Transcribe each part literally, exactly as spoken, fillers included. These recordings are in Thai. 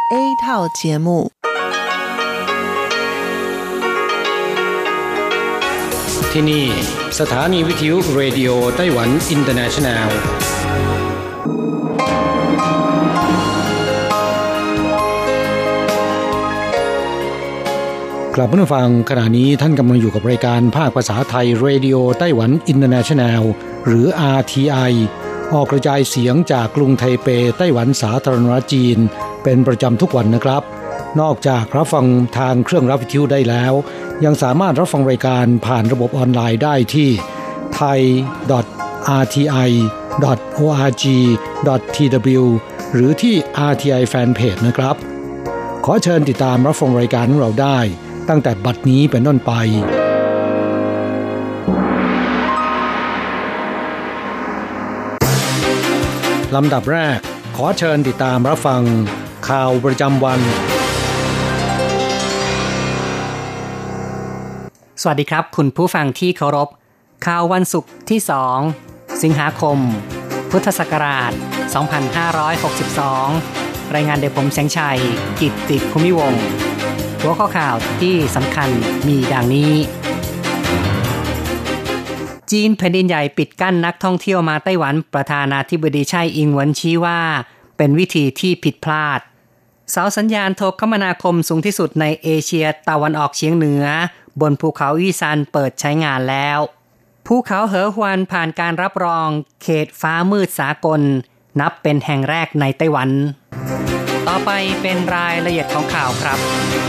A 套节目ที่นี่สถานีวิทยุเรดิโอไต้หวันอินเตอร์เนชั่นแนลกลับมาฟังขณะนี้ท่านกำลังอยู่กับรายการภาคภาษาไทยเรดิโอไต้หวันอินเตอร์เนชั่นแนลหรือ อาร์ ที ไอ ออกกระจายเสียงจากกรุงไทเปไต้หวันสาธารณรัฐจีนเป็นประจำทุกวันนะครับนอกจากรับฟังทางเครื่องรับวิทยุได้แล้วยังสามารถรับฟังรายการผ่านระบบออนไลน์ได้ที่ ไทย ดอท อาร์ ที ไอ ดอท โอ อาร์ จี ดอท ที ดับเบิลยู หรือที่ อาร์ ที ไอ Fanpage นะครับขอเชิญติดตามรับฟังรายการของเราได้ตั้งแต่บัดนี้เป็นต้นไปลำดับแรกขอเชิญติดตามรับฟังข่าวประจำวันสวัสดีครับคุณผู้ฟังที่เคารพข่าววันศุกร์ที่สองสิงหาคมพุทธศักราชสองพันห้าร้อยหกสิบสองรายงานโดยผมแสงชัยกิตติภูมิวงศ์หัวข้อข่าวที่สำคัญมีดังนี้จีนแผ่นดินใหญ่ปิดกั้นนักท่องเที่ยวมาไต้หวันประธานาธิบดีไช่อิงเหวินชี้ว่าเป็นวิธีที่ผิดพลาดเสาสัญญาณโทรคมนาคมสูงที่สุดในเอเชียตะวันออกเฉียงเหนือบนภูเขาอี้ซันเปิดใช้งานแล้วภูเขาเหอฮวนผ่านการรับรองเขตฟ้ามืดสากลนับเป็นแห่งแรกในไต้หวันต่อไปเป็นรายละเอียดของข่าวครับ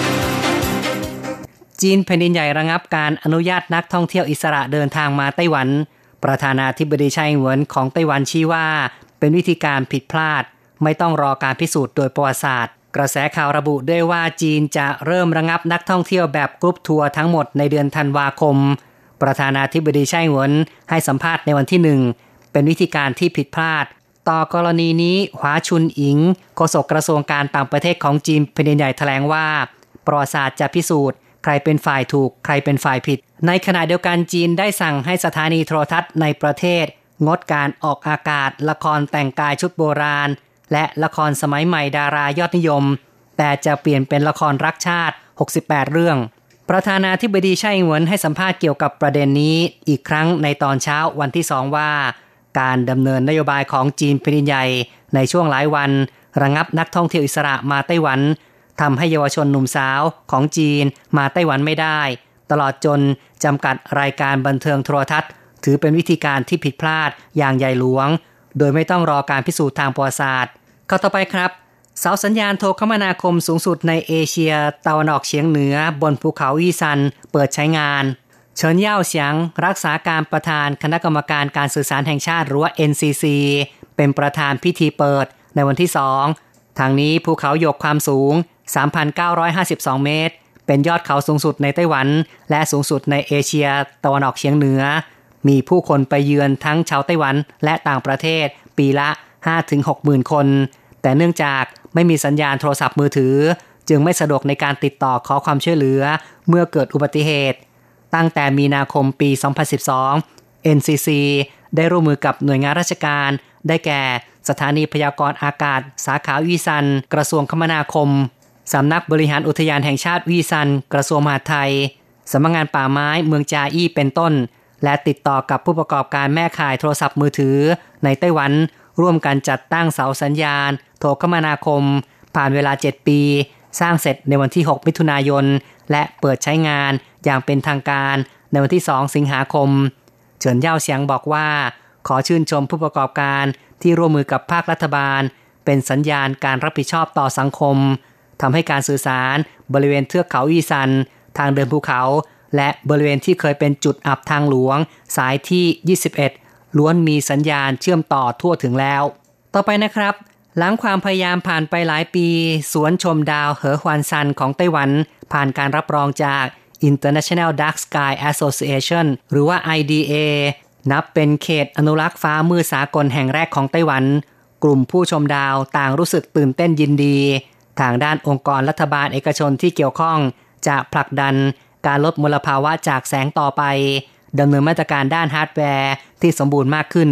จีนแผ่นดินใหญ่ระงับการอนุญาตนักท่องเที่ยวอิสระเดินทางมาไต้หวันประธานาธิบดีไช่อิงเหวินของไต้หวันชี้ว่าเป็นวิธีการผิดพลาดไม่ต้องรอการพิสูจน์โดยประวัติศาสตร์กระแสข่าวระบุด้วยว่าจีนจะเริ่มระงับนักท่องเที่ยวแบบกรุ๊ปทัวร์ทั้งหมดในเดือนธันวาคมประธานาธิบดีไช่อิงเหวินให้สัมภาษณ์ในวันที่หนึ่งเป็นวิธีการที่ผิดพลาดต่อกรณีนี้หวาชุนอิงโฆษกกระทรวงการต่างประเทศของจีนแผ่นดินใหญ่แถลงว่าประวัติศาสตร์จะพิสูจน์ใครเป็นฝ่ายถูกใครเป็นฝ่ายผิดในขณะเดียวกันจีนได้สั่งให้สถานีโทรทัศน์ในประเทศงดการออกอากาศละครแต่งกายชุดโบราณและละครสมัยใหม่ดารายอดนิยมแต่จะเปลี่ยนเป็นละครรักชาติหกสิบแปดเรื่องประธานาธิบดีไช่อิงเหวินให้สัมภาษณ์เกี่ยวกับประเด็นนี้อีกครั้งในตอนเช้าวันที่สองว่าการดำเนินนโยบายของจีนแผ่นดินใหญ่ในช่วงหลายวันระงับนักท่องเที่ยวอิสระมาไต้หวันทำให้เยาวชนหนุ่มสาวของจีนมาไต้หวันไม่ได้ตลอดจนจำกัดรายการบันเทิงโทรทัศน์ถือเป็นวิธีการที่ผิดพลาดอย่างใหญ่หลวงโดยไม่ต้องรอการพิสูจน์ทางประวัติศาสตร์ข้อต่อไปครับเสาสัญญาณโทรคมนาคมสูงสุดในเอเชียตะวันออกเฉียงเหนือบนภูเขาอี้ซันเปิดใช้งานเฉินเย่าเฉียงรักษาการประธานคณะกรรมการการสื่อสารแห่งชาติหรือว่า เอ็น ซี ซี เป็นประธานพิธีเปิดในวันที่สองทางนี้ภูเขาหยกความสูง สามพันเก้าร้อยห้าสิบสอง เมตรเป็นยอดเขาสูงสุดในไต้หวันและสูงสุดในเอเชียตะวันออกเฉียงเหนือมีผู้คนไปเยือนทั้งชาวไต้หวันและต่างประเทศปีละ ห้าถึงหกหมื่น คนแต่เนื่องจากไม่มีสัญญาณโทรศัพท์มือถือจึงไม่สะดวกในการติดต่อขอความช่วยเหลือเมื่อเกิดอุบัติเหตุตั้งแต่มีนาคมปีสองพันสิบสอง เอ็น ซี ซี ได้ร่วมมือกับหน่วยงานราชการได้แก่สถานีพยากรณ์อากาศสาขาอี้ซันกระทรวงคมนาคมสำนักบริหารอุทยานแห่งชาติอี้ซันกระทรวงมหาดไทยสำนักงานป่าไม้เมืองจาอี้เป็นต้นและติดต่อกับผู้ประกอบการแม่ข่ายโทรศัพท์มือถือในไต้หวันร่วมกันจัดตั้งเสาสัญญาณโทรคมนาคมผ่านเวลาเจ็ดปีสร้างเสร็จในวันที่หกมิถุนายนและเปิดใช้งานอย่างเป็นทางการในวันที่สองสิงหาคมเฉินเย่าเฉียงบอกว่าขอชื่นชมผู้ประกอบการที่ร่วมมือกับภาครัฐบาลเป็นสัญญาณการรับผิดชอบต่อสังคมทำให้การสื่อสารบริเวณเทือกเขาอี้ซันทางเดินภูเขาและบริเวณที่เคยเป็นจุดอับทางหลวงสายที่ยี่สิบเอ็ดล้วนมีสัญญาณเชื่อมต่อทั่วถึงแล้วต่อไปนะครับหลังความพยายามผ่านไปหลายปีสวนชมดาวเหอฮวนซันของไต้หวันผ่านการรับรองจาก International Dark Sky Association หรือว่า ไอ ดี เอ นับเป็นเขตอนุรักษ์ฟ้ามืดสากลแห่งแรกของไต้หวันกลุ่มผู้ชมดาวต่างรู้สึกตื่นเต้นยินดีทางด้านองค์กรรัฐบาลเอกชนที่เกี่ยวข้องจะผลักดันการลดมลภาวะจากแสงต่อไปดำเนินมาตรการด้านฮาร์ดแวร์ที่สมบูรณ์มากขึ้น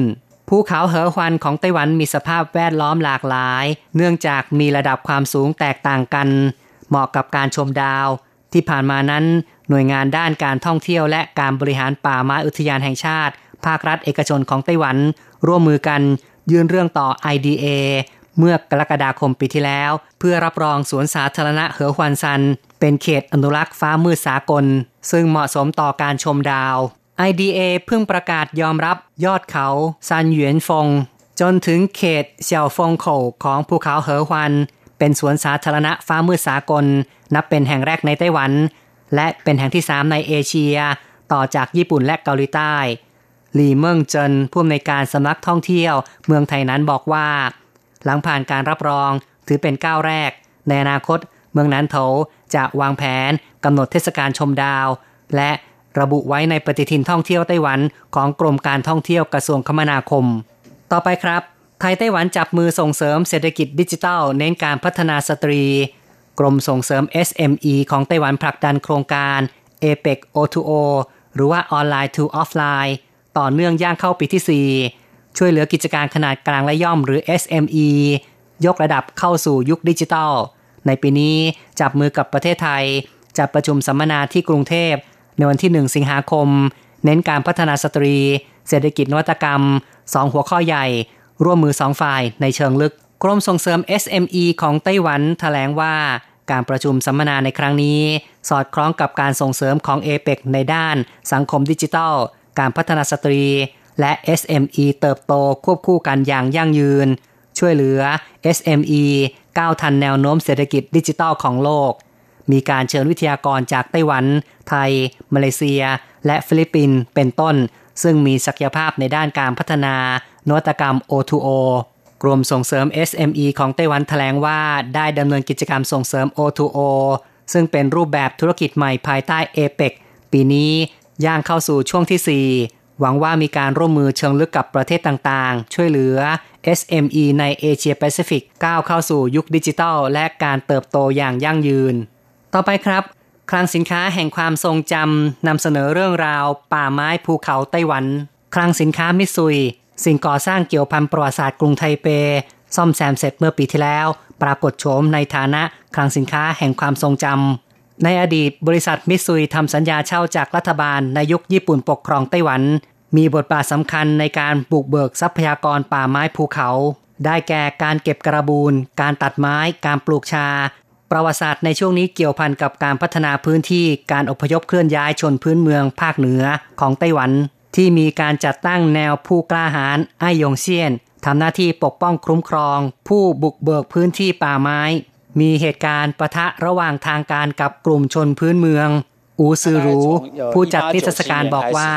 ภูเขาเหอหวันของไต้หวันมีสภาพแวดล้อมหลากหลายเนื่องจากมีระดับความสูงแตกต่างกันเหมาะกับการชมดาวที่ผ่านมานั้นหน่วยงานด้านการท่องเที่ยวและการบริหารป่าไม้อุทยานแห่งชาติภาครัฐเอกชนของไต้หวันร่วมมือกันยื่นเรื่องต่อ ไอ ดี เอ เมื่อกรกฎาคมปีที่แล้วเพื่อรับรองสวนสาธารณะเหอหวันซันเป็นเขตอนุรักษ์ฟ้ามืดสากลซึ่งเหมาะสมต่อการชมดาว ไอ ดี เอ เพิ่งประกาศยอมรับยอดเขาซันเหวียนฟงจนถึงเขตเสี่ยวฟงโขวของภูเขาเหอหวันเป็นสวนสาธารณะฟ้ามืดสากลนับเป็นแห่งแรกในไต้หวันและเป็นแห่งที่สามในเอเชียต่อจากญี่ปุ่นและเกาหลีใต้หลี่เมิงเจินผู้อำนวยการสำนักท่องเที่ยวเมืองไทยนั้นบอกว่าหลังผ่านการรับรองถือเป็นก้าวแรกในอนาคตเมืองนั้นโถจะวางแผนกำหนดเทศกาลชมดาวและระบุไว้ในปฏิทินท่องเที่ยวไต้หวันของกรมการท่องเที่ยวกระทรวงคมนาคมต่อไปครับไทยไต้หวันจับมือส่งเสริมเศรษฐกิจดิจิทัลเน้นการพัฒนาสตรีกรมส่งเสริม เอส เอ็ม อี ของไต้หวันผลักดันโครงการ เอ พี อี ซี โอ ทู โอ หรือว่า Online to Offline ต่อเนื่องย่างเข้าปีที่สี่ช่วยเหลือกิจการขนาดกลางและย่อมหรือ เอส เอ็ม อี ยกระดับเข้าสู่ยุคดิจิทัลในปีนี้จับมือกับประเทศไทยจัดประชุมสัมมนาที่กรุงเทพในวันที่หนึ่งสิงหาคมเน้นการพัฒนาสตรีเศรษฐกิจนวัตกรรมสองหัวข้อใหญ่ร่วมมือสองฝ่ายในเชิงลึกกรมส่งเสริม เอส เอ็ม อี ของไต้หวันแถลงว่าการประชุมสัมมนาในครั้งนี้สอดคล้องกับการส่งเสริมของ เอ พี อี ซี ในด้านสังคมดิจิทัลการพัฒนาสตรีและ เอส เอ็ม อี เติบโตควบคู่กันอย่างยั่งยืนช่วยเหลือ เอส เอ็ม อี ก้าวทันแนวโน้มเศรษฐกิจดิจิทัลของโลกมีการเชิญวิทยากรจากไต้หวันไทยมาเลเซียและฟิลิปปินส์เป็นต้นซึ่งมีศักยภาพในด้านการพัฒนานวัตกรรม โอ ทู โอ กรมส่งเสริม เอส เอ็ม อี ของไต้หวันแถลงว่าได้ดำเนินกิจกรรมส่งเสริม โอ ทู โอ ซึ่งเป็นรูปแบบธุรกิจใหม่ภายใต้ เอ พี อี ซี ปีนี้ย่างเข้าสู่ช่วงที่สี่หวังว่ามีการร่วมมือเชิงลึกกับประเทศต่างๆช่วยเหลือ เอส เอ็ม อี ในเอเชียแปซิฟิกก้าวเข้าสู่ยุคดิจิทัลและการเติบโตอย่างยั่งยืนต่อไปครับคลังสินค้าแห่งความทรงจำนำเสนอเรื่องราวป่าไม้ภูเขาไต้หวันคลังสินค้ามิตซุยสิ่งก่อสร้างเกี่ยวพันประวัติศาสตร์กรุงไทเปซ่อมแซมเสร็จเมื่อปีที่แล้วปรากฏโฉมในฐานะคลังสินค้าแห่งความทรงจำในอดีตบริษัทมิตซุยทำสัญญาเช่าจากรัฐบาลในยุคญี่ปุ่นปกครองไต้หวันมีบทบาทสำคัญในการบุกเบิกทรัพยากรป่าไม้ภูเขาได้แก่การเก็บกระบูลการตัดไม้การปลูกชาประวัติศาสตร์ในช่วงนี้เกี่ยวพันกับการพัฒนาพื้นที่การอพยพเคลื่อนย้ายชนพื้นเมืองภาคเหนือของไต้หวันที่มีการจัดตั้งแนวผู้กล้าหาญไอ้หยงเซียนทำหน้าที่ปกป้องคุ้มครองผู้บุกเบิกพื้นที่ป่าไม้มีเหตุการณ์ปะทะระหว่างทางการกับกลุ่มชนพื้นเมืองอูซือรูผู้จัดนิทรรศการบอกว่า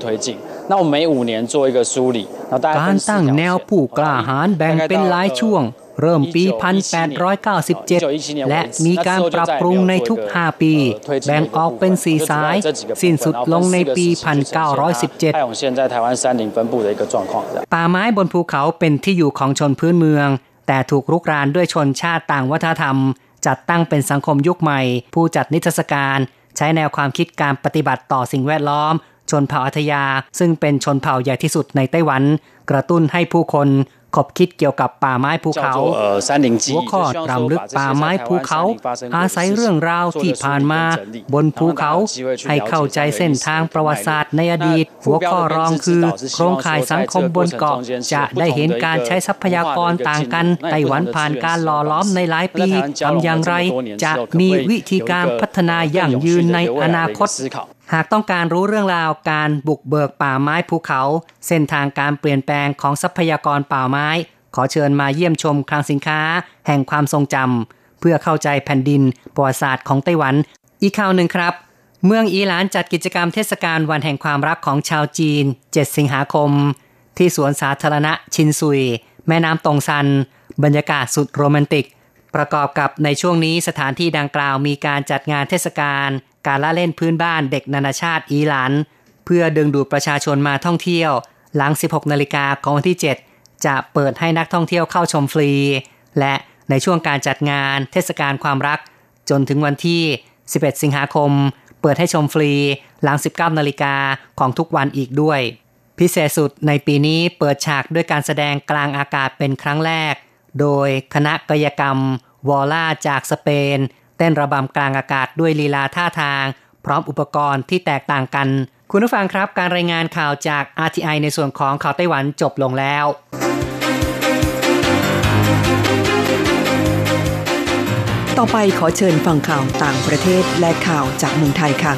การตั้งแนวผู้กล้าหาญแบ่งเป็นหลายช่วงเริ่มปี หนึ่งพันแปดร้อยเก้าสิบเจ็ด และมีการปรับปรุงในทุกห้าปีแบ่งออกเป็นสี่สายสิ้นสุดลงในปี หนึ่งพันเก้าร้อยสิบเจ็ด ป่าไม้บนภูเขาเป็นที่อยู่ของชนพื้นเมืองแต่ถูกรุกรานด้วยชนชาติต่างวัฒนธรรมจัดตั้งเป็นสังคมยุคใหม่ผู้จัดนิทรรศการใช้แนวความคิดการปฏิบัติต่อสิ่งแวดล้อมชนเผ่าอัธยาซึ่งเป็นชนเผ่าใหญ่ที่สุดในไต้หวันกระตุ้นให้ผู้คนขบคิดเกี่ยวกับป่าไม้ภูเขาหัวข้อรำลึกป่าไม้ภูเขาอาศัยเรื่องราวที่ผ่านมาบนภูเขาให้เข้าใจเส้นทางประวัติศาสตร์ในอดีตหัวข้อรองคือโครงข่ายสังคมบนเกาะจะได้เห็นการใช้ทรัพยากรต่างกันไต้หวันผ่านการหล่อล้อมในหลายปีทำอย่างไรจะมีวิธีการพัฒนาอย่างยืนในอนาคตหากต้องการรู้เรื่องราวการบุกเบิกป่าไม้ภูเขาเส้นทางการเปลี่ยนแปลงของทรัพยากรป่าไม้ขอเชิญมาเยี่ยมชมคลังสินค้าแห่งความทรงจำเพื่อเข้าใจแผ่นดินประวัติศาสตร์ของไต้หวันอีกข่าวหนึ่งครับเมืองอีหลานจัดกิจกรรมเทศกาลวันแห่งความรักของชาวจีนเจ็ดสิงหาคมที่สวนสาธารณะชินซุยแม่น้ำตงซันบรรยากาศสุดโรแมนติกประกอบกับในช่วงนี้สถานที่ดังกล่าวมีการจัดงานเทศกาลการละเล่นพื้นบ้านเด็กนานาชาติอีหลานเพื่อดึงดูดประชาชนมาท่องเที่ยวหลัง สิบหกนาฬิกาของวันที่เจ็ดจะเปิดให้นักท่องเที่ยวเข้าชมฟรีและในช่วงการจัดงานเทศกาลความรักจนถึงวันที่สิบเอ็ดสิงหาคมเปิดให้ชมฟรีหลัง สิบเก้านาฬิกาของทุกวันอีกด้วยพิเศษสุดในปีนี้เปิดฉากด้วยการแสดงกลางอากาศเป็นครั้งแรกโดยคณะกายกรรมวอลล่าจากสเปนเต้นระบำกลางอากาศด้วยลีลาท่าทางพร้อมอุปกรณ์ที่แตกต่างกันคุณผู้ฟังครับการรายงานข่าวจาก อาร์ ที ไอ ในส่วนของข่าวไต้หวันจบลงแล้วต่อไปขอเชิญฟังข่าวต่างประเทศและข่าวจากเมืองไทยค่ะ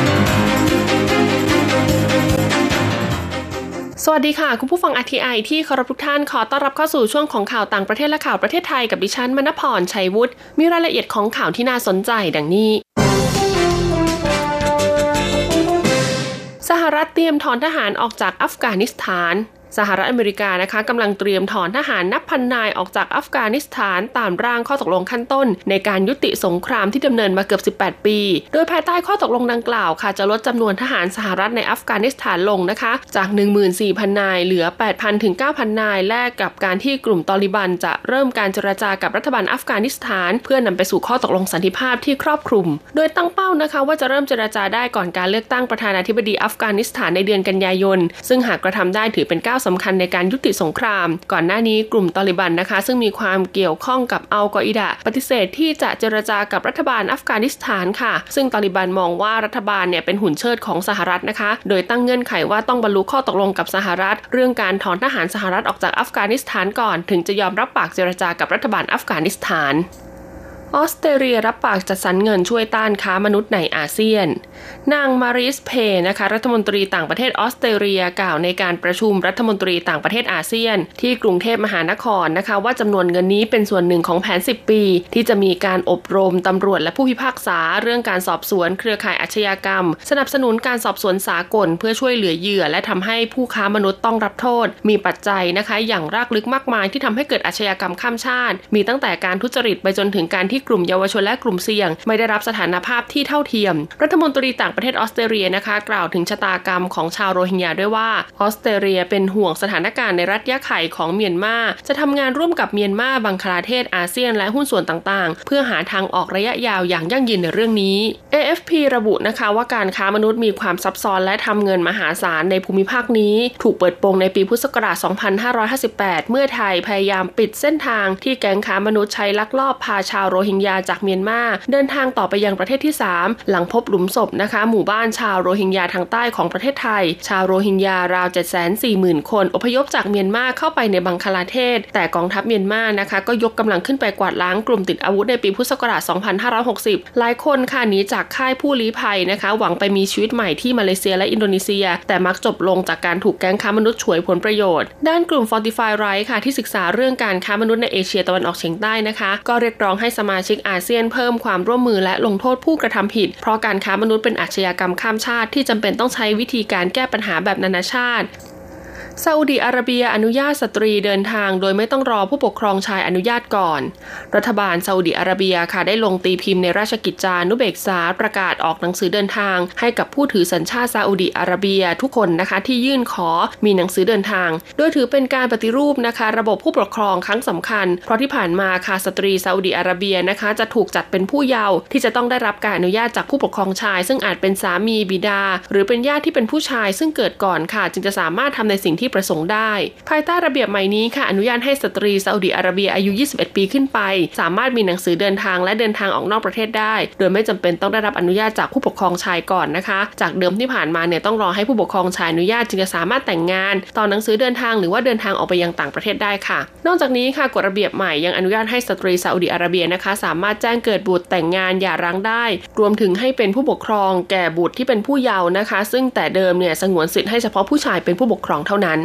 สวัสดีค่ะคุณผู้ฟัง อาร์ ที ไอ ที่เคารพทุกท่านขอต้อนรับเข้าสู่ช่วงของข่าวต่างประเทศและข่าวประเทศไทยกับดิฉันมณพรชัยวุฒิมีรายละเอียดของข่าวที่น่าสนใจดังนี้สหรัฐเตรียมถอนทหารออกจากอัฟกานิสถานสหรัฐอเมริกานะคะกำลังเตรียมถอนทหารนับพันนายออกจากอัฟกานิสถานตามร่างข้อตกลงขั้นต้นในการยุติสงครามที่ดำเนินมาเกือบสิบแปดปีโดยภายใต้ข้อตกลงดังกล่าวค่ะจะลดจำนวนทหารสหรัฐในอัฟกานิสถานลงนะคะจาก หนึ่งหมื่นสี่พัน นายเหลือ แปดพัน ถึง เก้าพัน นายแลกกับการที่กลุ่มตอลิบันจะเริ่มการเจรจากับรัฐบาลอัฟกานิสถานเพื่อนำไปสู่ข้อตกลงสันติภาพที่ครอบคลุมโดยตั้งเป้านะคะว่าจะเริ่มเจรจาได้ก่อนการเลือกตั้งประธานาธิบดีอัฟกานิสถานในเดือนกันยายนซึ่งหากกระทำได้ถือเป็นก้าวสำคัญในการยุติสงครามก่อนหน้านี้กลุ่มตอลิบันนะคะซึ่งมีความเกี่ยวข้องกับอัลกออิดะปฏิเสธที่จะเจรจากับรัฐบาลอัฟกานิสถานค่ะซึ่งตอลิบันมองว่ารัฐบาลเนี่ยเป็นหุ่นเชิดของสหรัฐนะคะโดยตั้งเงื่อนไขว่าต้องบรรลุข้อตกลงกับสหรัฐเรื่องการถอนทหารสหรัฐออกจากอัฟกานิสถานก่อนถึงจะยอมรับปากเจรจากับรัฐบาลอัฟกานิสถานออสเตรเลียรับปากจัดสรรเงินช่วยต้านค้ามนุษย์ในอาเซียนนางมาริสเพย์นะคะรัฐมนตรีต่างประเทศออสเตรเลียกล่าวในการประชุมรัฐมนตรีต่างประเทศอาเซียนที่กรุงเทพมหานครนะคะว่าจำนวนเงินนี้เป็นส่วนหนึ่งของแผนสิบปีที่จะมีการอบรมตำรวจและผู้พิพากษาเรื่องการสอบสวนเครือข่ายอาชญากรรมสนับสนุนการสอบสวนสากลเพื่อช่วยเหลือเหยื่อและทำให้ผู้ค้ามนุษย์ต้องรับโทษมีปัจจัยนะคะอย่างรากลึกมากมายที่ทำให้เกิดอาชญากรรมข้ามชาติมีตั้งแต่การทุจริตไปจนถึงการที่กลุ่มเยาวชนและกลุ่มเสี่ยงไม่ได้รับสถานภาพที่เท่าเทียมรัฐมนตรีต่างประเทศออสเตรเลียนะคะกล่าวถึงชะตากรรมของชาวโรฮิงญาด้วยว่าออสเตรเลียเป็นห่วงสถานการณ์ในรัฐยะไข่ของเมียนมาจะทำงานร่วมกับเมียนมาบังคลาเทศอาเซียนและหุ้นส่วนต่างๆเพื่อหาทางออกระยะยาวอย่างยั่งยืนในเรื่องนี้ เอ เอฟ พี ระบุนะคะว่าการค้ามนุษย์มีความซับซ้อนและทำเงินมหาศาลในภูมิภาคนี้ถูกเปิดโปงในปีพุทธศักราชสองพันห้าร้อยห้าสิบแปดเมื่อไทยพยายามปิดเส้นทางที่แก๊งค้ามนุษย์ใช้ลักลอบพาชาวโรฮิงญาจากเมียนมาเดินทางต่อไปยังประเทศที่สามหลังพบหลุมศพนะคะหมู่บ้านชาวโรฮิงญาทางใต้ของประเทศไทยชาวโรฮิงญาราว เจ็ดแสนสี่หมื่น คนอพยพจากเมียนมาเข้าไปในบังคลาเทศแต่กองทัพเมียนมานะคะก็ยกกำลังขึ้นไปกวาดล้างกลุ่มติดอาวุธในปีพุทธศักราชสองพันห้าร้อยหกสิบหลายคนค่ะหนีจากค่ายผู้ลี้ภัยนะคะหวังไปมีชีวิตใหม่ที่มาเลเซียและอินโดนีเซียแต่มักจบลงจากการถูกแก๊งค้ามนุษย์ฉวยผลประโยชน์ด้านกลุ่ม Fortify Right ค่ะที่ศึกษาเรื่องการค้ามนุษย์ในเอเชียตะวันออกเฉียงใต้นะคะก็เรียกร้องให้สมาชิกอาเซียนเพิ่มความร่วมมือและลงโทษผู้กระทำผิดเพราะการค้ามนุษย์เป็นอาชญากรรมข้ามชาติที่จำเป็นต้องใช้วิธีการแก้ปัญหาแบบนานาชาติซาอุดิอาระเบียอนุญาตสตรีเดินทางโดยไม่ต้องรอผู้ปกครองชายอนุญาตก่อนรัฐบาลซาอุดิอาระเบียค่ะได้ลงตีพิมพ์ในราชกิจจานุเบกษาประกาศออกหนังสือเดินทางให้กับผู้ถือสัญชาติซาอุดิอาระเบียทุกคนนะคะที่ยื่นขอมีหนังสือเดินทางโดยถือเป็นการปฏิรูปนะคะระบบผู้ปกครองครั้งสำคัญเพราะที่ผ่านมาค่ะสตรีซาอุดิอาระเบียนะคะจะถูกจัดเป็นผู้เยาว์ที่จะต้องได้รับการอนุญาตจากผู้ปกครองชายซึ่งอาจเป็นสามีบิดาหรือเป็นญาติที่เป็นผู้ชายซึ่งเกิดก่อนค่ะจึงจะสามารถทำในสิ่งที่ประสงค์ได้ภายใต้ระเบียบใหม่นี้ค่ะอนุญาตให้สตรีซาอุดิอาระเบียอายุยี่สิบเอ็ดปีขึ้นไปสามารถมีหนังสือเดินทางและเดินทางออกนอกประเทศได้โดยไม่จำเป็นต้องได้รับอนุญาตจากผู้ปกครองชายก่อนนะคะจากเดิมที่ผ่านมาเนี่ยต้องรอให้ผู้ปกครองชายอนุญาตจึงจะสามารถแต่งงานต่อหนังสือเดินทางหรือว่าเดินทางออกไปยังต่างประเทศได้ค่ะนอกจากนี้ค่ะกฎระเบียบใหม่ยังอนุญาตให้สตรีซาอุดิอาระเบียนะคะสามารถแจ้งเกิดบุตรแต่งงานหย่าร้างได้รวมถึงให้เป็นผู้ปกครองแก่บุตรที่เป็นผู้เยาว์นะคะซึ่งแต่เดิมเนี่ยสงวนสิทธิ์ให้เฉพาะผู้ชายเป็นผู้ปกครองเท่านั้น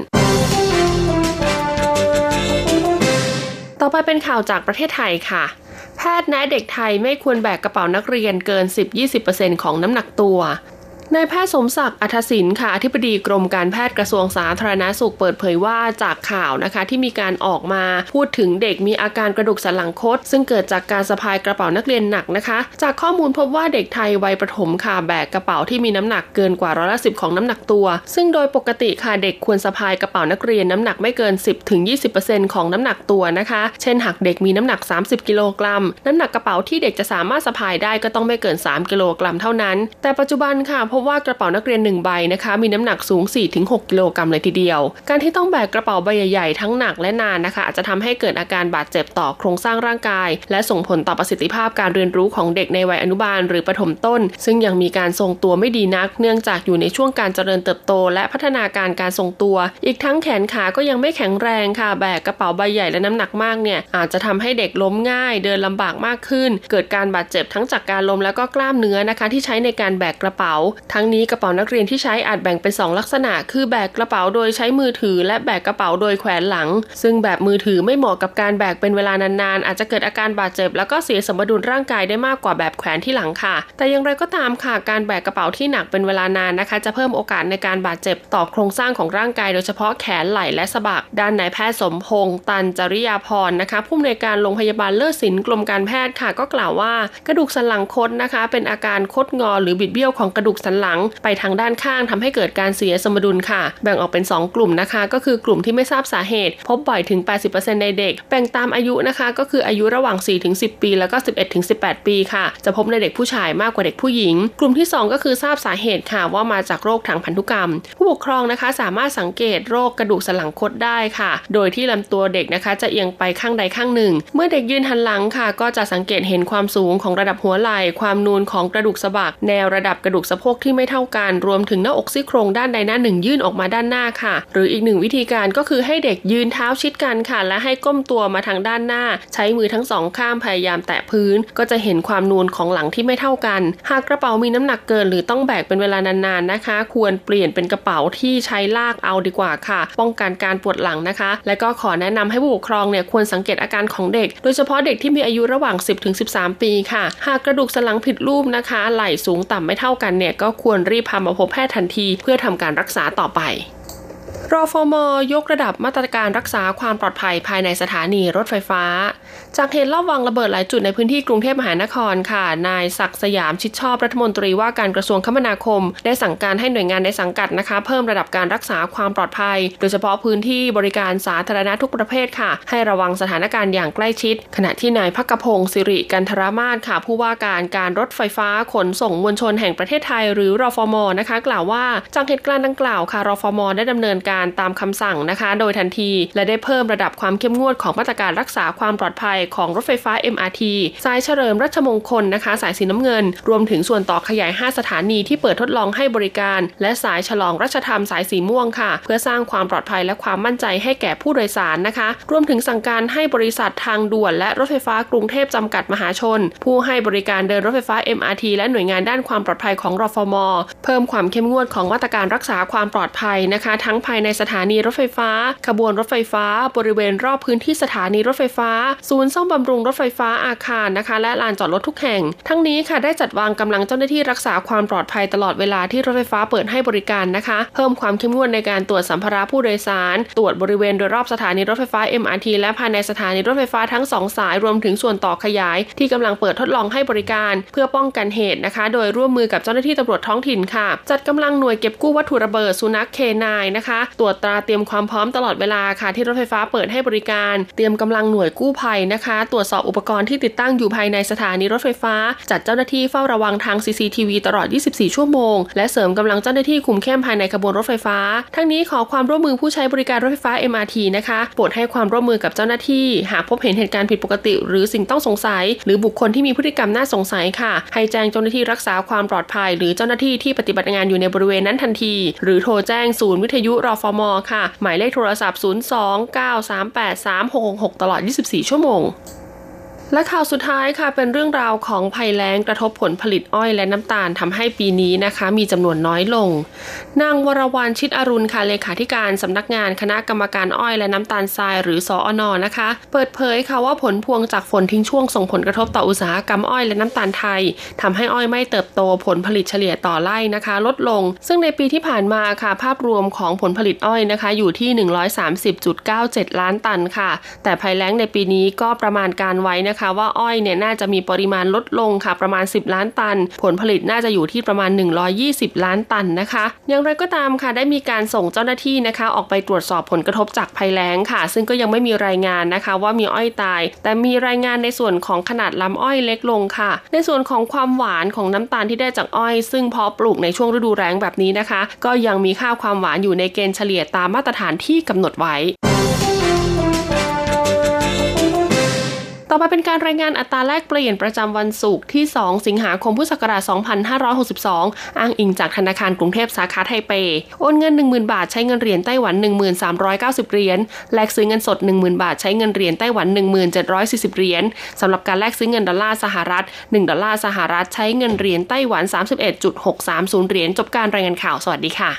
ต่อไปเป็นข่าวจากประเทศไทยค่ะแพทย์แนะเด็กไทยไม่ควรแบกกระเป๋านักเรียนเกิน สิบถึงยี่สิบเปอร์เซ็นต์ ของน้ำหนักตัวนายแพทย์สมศักดิ์อัธศินค่ะอธิบดีกรมการแพทย์กระทรวงสาธารณสุขเปิดเผยว่าจากข่าวนะคะที่มีการออกมาพูดถึงเด็กมีอาการกระดูกสันหลังคดซึ่งเกิดจากการสะพายกระเป๋านักเรียนหนักนะคะจากข้อมูลพบว่าเด็กไทยวัยประถมค่ะแบกกระเป๋าที่มีน้ำหนักเกินกว่าร้อยละสิบของน้ำหนักตัวซึ่งโดยปกติค่ะเด็กควรสะพายกระเป๋านักเรียนน้ำหนักไม่เกิน สิบถึงยี่สิบเปอร์เซ็นต์ ของน้ำหนักตัวนะคะเช่นหากเด็กมีน้ำหนักสามสิบกิโลกรัมน้ำหนักกระเป๋าที่เด็กจะสามารถสะพายได้ก็ต้องไม่เกินสามกิโลกรัมเท่านั้นแต่ปัจจุบันค่ะพบบว่ากระเป๋านักเรียนหนึ่งใบนะคะมีน้ำหนักสูง สี่ถึงหก กิโลกรัมเลยทีเดียวการที่ต้องแบกกระเป๋าใบใหญ่ๆทั้งหนักและนานนะคะอาจจะทำให้เกิดอาการบาดเจ็บต่อโครงสร้างร่างกายและส่งผลต่อประสิทธิภาพการเรียนรู้ของเด็กในวัยอนุบาลหรือประถมต้นซึ่งยังมีการทรงตัวไม่ดีนักเนื่องจากอยู่ในช่วงการเจริญเติบโตและพัฒนาการการทรงตัวอีกทั้งแขนขาก็ยังไม่แข็งแรงค่ะแบกกระเป๋าใบใหญ่และน้ำหนักมากเนี่ยอาจจะทำให้เด็กล้มง่ายเดินลำบากมากขึ้นเกิดการบาดเจ็บทั้งจากการล้มแล้วก็กล้ามเนื้อนะคะที่ใช้ในการแบกกระเป๋าทั้งนี้กระเป๋านักเรียนที่ใช้อาจแบ่งเป็นสองลักษณะคือแบกกระเป๋าโดยใช้มือถือและแบกกระเป๋าโดยแขวนหลังซึ่งแบบมือถือไม่เหมาะกับการแบกเป็นเวลานานๆอาจจะเกิดอาการบาดเจ็บแล้วก็เสียสมดุลร่างกายได้มากกว่าแบบแขวนที่หลังค่ะแต่อย่างไรก็ตามค่ะการแบกกระเป๋าที่หนักเป็นเวลานานนะคะจะเพิ่มโอกาสในการบาดเจ็บต่อโครงสร้างของร่างกายโดยเฉพาะแขนไหล่และสะบักด้านนายแพทย์สมพงษ์ตันจริยาพรนะคะผู้อำนวยการโรงพยาบาลเลิศศิลป์กรมการแพทย์ค่ะก็กล่าวว่ากระดูกสันหลังคดนะคะเป็นอาการคดงอหรือบิดเบี้ยวของกระดูกสันหลังไปทางด้านข้างทำให้เกิดการเสียสมดุลค่ะแบ่งออกเป็นสองกลุ่มนะคะก็คือกลุ่มที่ไม่ทราบสาเหตุพบบ่อยถึง แปดสิบเปอร์เซ็นต์ ในเด็กแบ่งตามอายุนะคะก็คืออายุระหว่าง สี่ถึงสิบ ปีแล้วก็ สิบเอ็ดถึงสิบแปด ปีค่ะจะพบในเด็กผู้ชายมากกว่าเด็กผู้หญิงกลุ่มที่สองก็คือทราบสาเหตุค่ะว่ามาจากโรคทางพันธุกรรมผู้ปกครองนะคะสามารถสังเกตโรคกระดูกสันหลังคดได้ค่ะโดยที่ลำตัวเด็กนะคะจะเอียงไปข้างใดข้างหนึ่งเมื่อเด็กยืนหันหลังค่ะก็จะสังเกตเห็นความสูงของระดับหัวไหล่ความนูนของกระดูกสะบักแนวระดับกระดูกสะโพกที่ไม่เท่ากันรวมถึงหน้าอกซี่โครงด้านใดหน้าหนึ่งยื่นออกมาด้านหน้าค่ะหรืออีกหนึ่งวิธีการก็คือให้เด็กยืนเท้าชิดกันค่ะและให้ก้มตัวมาทางด้านหน้าใช้มือทั้งสองข้างพยายามแตะพื้นก็จะเห็นความนูนของหลังที่ไม่เท่ากันหากกระเป๋ามีน้ำหนักเกินหรือต้องแบกเป็นเวลานานๆนะคะควรเปลี่ยนเป็นกระเป๋าที่ใช้ลากเอาดีกว่าค่ะป้องกันการปวดหลังนะคะและก็ขอแนะนำให้ผู้ปกครองเนี่ยควรสังเกตอาการของเด็กโดยเฉพาะเด็กที่มีอายุระหว่าง สิบถึงสิบสาม ปีค่ะหากกระดูกสันหลังผิดรูปนะคะไหล่สูงต่ำไม่เท่ากันเนี่ยก็ควรรีบพามาพบแพทย์ทันทีเพื่อทำการรักษาต่อไปรฟม.ยกระดับมาตรการรักษาความปลอดภัยภายในสถานีรถไฟฟ้าจากเหตุลอบวางระเบิดหลายจุดในพื้นที่กรุงเทพมหานครค่ะนายศักดิ์สยามชิดชอบรัฐมนตรีว่าการกระทรวงคมนาคมได้สั่งการให้หน่วยงานในสังกัดนะคะเพิ่มระดับการรักษาความปลอดภัยโดยเฉพาะพื้นที่บริการสาธารณะทุกประเภทค่ะให้ระวังสถานการณ์อย่างใกล้ชิดขณะที่นายภักพงศ์สิริกันทรมาศค่ะผู้ว่าการการรถไฟฟ้าขนส่งมวลชนแห่งประเทศไทยหรือรฟม.นะคะกล่าวว่าจากเหตุการณ์ดังกล่าวค่ะรฟม.ได้ดำเนินการตามคำสั่งนะคะโดยทันทีและได้เพิ่มระดับความเข้มงวดของมาตรการรักษาความปลอดภัยของรถไฟฟ้า เอ็ม อาร์ ที สายเฉลิมราชมงคลนะคะสายสีน้ำเงินรวมถึงส่วนต่อขยายห้าสถานีที่เปิดทดลองให้บริการและสายฉลองราชธรรมสายสีม่วงค่ะเพื่อสร้างความปลอดภัยและความมั่นใจให้แก่ผู้โดยสารนะคะรวมถึงสั่งการให้บริษัททางด่วนและรถไฟฟ้ากรุงเทพจำกัดมหาชนผู้ให้บริการเดินรถไฟฟ้า เอ็ม อาร์ ที และหน่วยงานด้านความปลอดภัยของรฟม.เพิ่มความเข้มงวดของมาตรการรักษาความปลอดภัยนะคะทั้งภายในสถานีรถไฟฟ้าขบวนรถไฟฟ้าบริเวณรอบพื้นที่สถานีรถไฟฟ้าศูนย์ซ่อมบำรุงรถไฟฟ้าอาคารนะคะและลานจอดรถทุกแห่งทั้งนี้ค่ะได้จัดวางกำลังเจ้าหน้าที่รักษาความปลอดภัยตลอดเวลาที่รถไฟฟ้าเปิดให้บริการนะคะเพิ่มความเข้มงวดในการตรวจสัมภาระผู้โดยสารตรวจบริเวณโดยรอบสถานีรถไฟฟ้า เอ็ม อาร์ ที และภายในสถานีรถไฟฟ้าทั้งสองสายรวมถึงส่วนต่อขยายที่กำลังเปิดทดลองให้บริการเพื่อป้องกันเหตุนะคะโดยร่วมมือกับเจ้าหน้าที่ตำรวจท้องถิ่นค่ะจัดกำลังหน่วยเก็บกู้วัตถุระเบิดสุนัข เค ไนน์ นะคะตรวจตราเตรียมความพร้อมตลอดเวลาค่ะที่รถไฟฟ้าเปิดให้บริการเตรียมกำลังหน่วยกู้ภัยนะคะตรวจสอบอุปกรณ์ที่ติดตั้งอยู่ภายในสถานีรถไฟฟ้าจัดเจ้าหน้าที่เฝ้าระวังทาง ซี ซี ที วี ตลอดยี่สิบสี่ชั่วโมงและเสริมกำลังเจ้าหน้าที่คุมเข้มภายในขบวนรถไฟฟ้าทั้งนี้ขอความร่วมมือผู้ใช้บริการรถไฟฟ้า เอ็ม อาร์ ที นะคะโปรดให้ความร่วมมือกับเจ้าหน้าที่หากพบเห็นเหตุการณ์ผิดปกติหรือสิ่งต้องสงสัยหรือบุคคลที่มีพฤติกรรมน่าสงสัยค่ะให้แจ้งเจ้าหน้าที่รักษาความปลอดภัยหรือเจ้าหน้าที่ที่ปฏิบัติงานอยู่ในบริเวณนั้นทันทีหรือโทรแจ้งศูนย์วิทยุรฟม.ค่ะหมายเลขโทรศัพท์ศูนย์ สอง เก้า สาม แปด สาม หก หก หกตลอดยี่สิบสี่ชั่วโมงและข่าวสุดท้ายค่ะเป็นเรื่องราวของภัยแล้งกระทบผลผลิตอ้อยและน้ำตาลทำให้ปีนี้นะคะมีจำนวนน้อยลงนางวรวรรณชิดอรุณค่ะเลขาธิการสำนักงานคณะกรรมการอ้อยและน้ำตาลทรายหรือสอน.นะคะเปิดเผยค่ะว่าผลพวงจากฝนทิ้งช่วงส่งผลกระทบต่ออุตสาหกรรมอ้อยและน้ำตาลไทยทำให้อ้อยไม่เติบโตผลผลิตเฉลี่ยต่อไร่นะคะลดลงซึ่งในปีที่ผ่านมาค่ะภาพรวมของผลผลิตอ้อยนะคะอยู่ที่ หนึ่งร้อยสามสิบจุดเก้าเจ็ด ล้านตันค่ะแต่ภัยแล้งในปีนี้ก็ประมาณการไว้นะคะนะคะว่าอ้อยเนี่ยน่าจะมีปริมาณลดลงค่ะประมาณสิบล้านตันผลผลิตน่าจะอยู่ที่ประมาณหนึ่งร้อยยี่สิบล้านตันนะคะอย่างไรก็ตามค่ะได้มีการส่งเจ้าหน้าที่นะคะออกไปตรวจสอบผลกระทบจากภัยแล้งค่ะซึ่งก็ยังไม่มีรายงานนะคะว่ามีอ้อยตายแต่มีรายงานในส่วนของขนาดลำอ้อยเล็กลงค่ะในส่วนของความหวานของน้ำตาลที่ได้จากอ้อยซึ่งเพาะปลูกในช่วงฤดูแล้งแบบนี้นะคะก็ยังมีค่าความหวานอยู่ในเกณฑ์เฉลี่ยตามมาตรฐานที่กำหนดไว้ต่อไปเป็นการรายงานอัตราแลกเปลี่ยนประจำวันศุกร์ที่สองสิงหาคมพุทธศักราชสองพันห้าร้อยหกสิบสองอ้างอิงจากธนาคารกรุงเทพสาขาไทเปโอนเงิน หนึ่งหมื่น บาทใช้เงินเหรียญไต้หวัน หนึ่งพันสามร้อยเก้าสิบ เหรียญแลกซื้อเงินสด หนึ่งหมื่น บาทใช้เงินเหรียญไต้หวัน หนึ่งพันเจ็ดร้อยสี่สิบ เหรียญสำหรับการแลกซื้อเงินดอลลาร์สหรัฐหนึ่งดอลลาร์สหรัฐใช้เงินเหรียญไต้หวัน สามสิบเอ็ดจุดหกสามศูนย์ เหรียญจบการรายงานข่าวสวัสดีค่ะ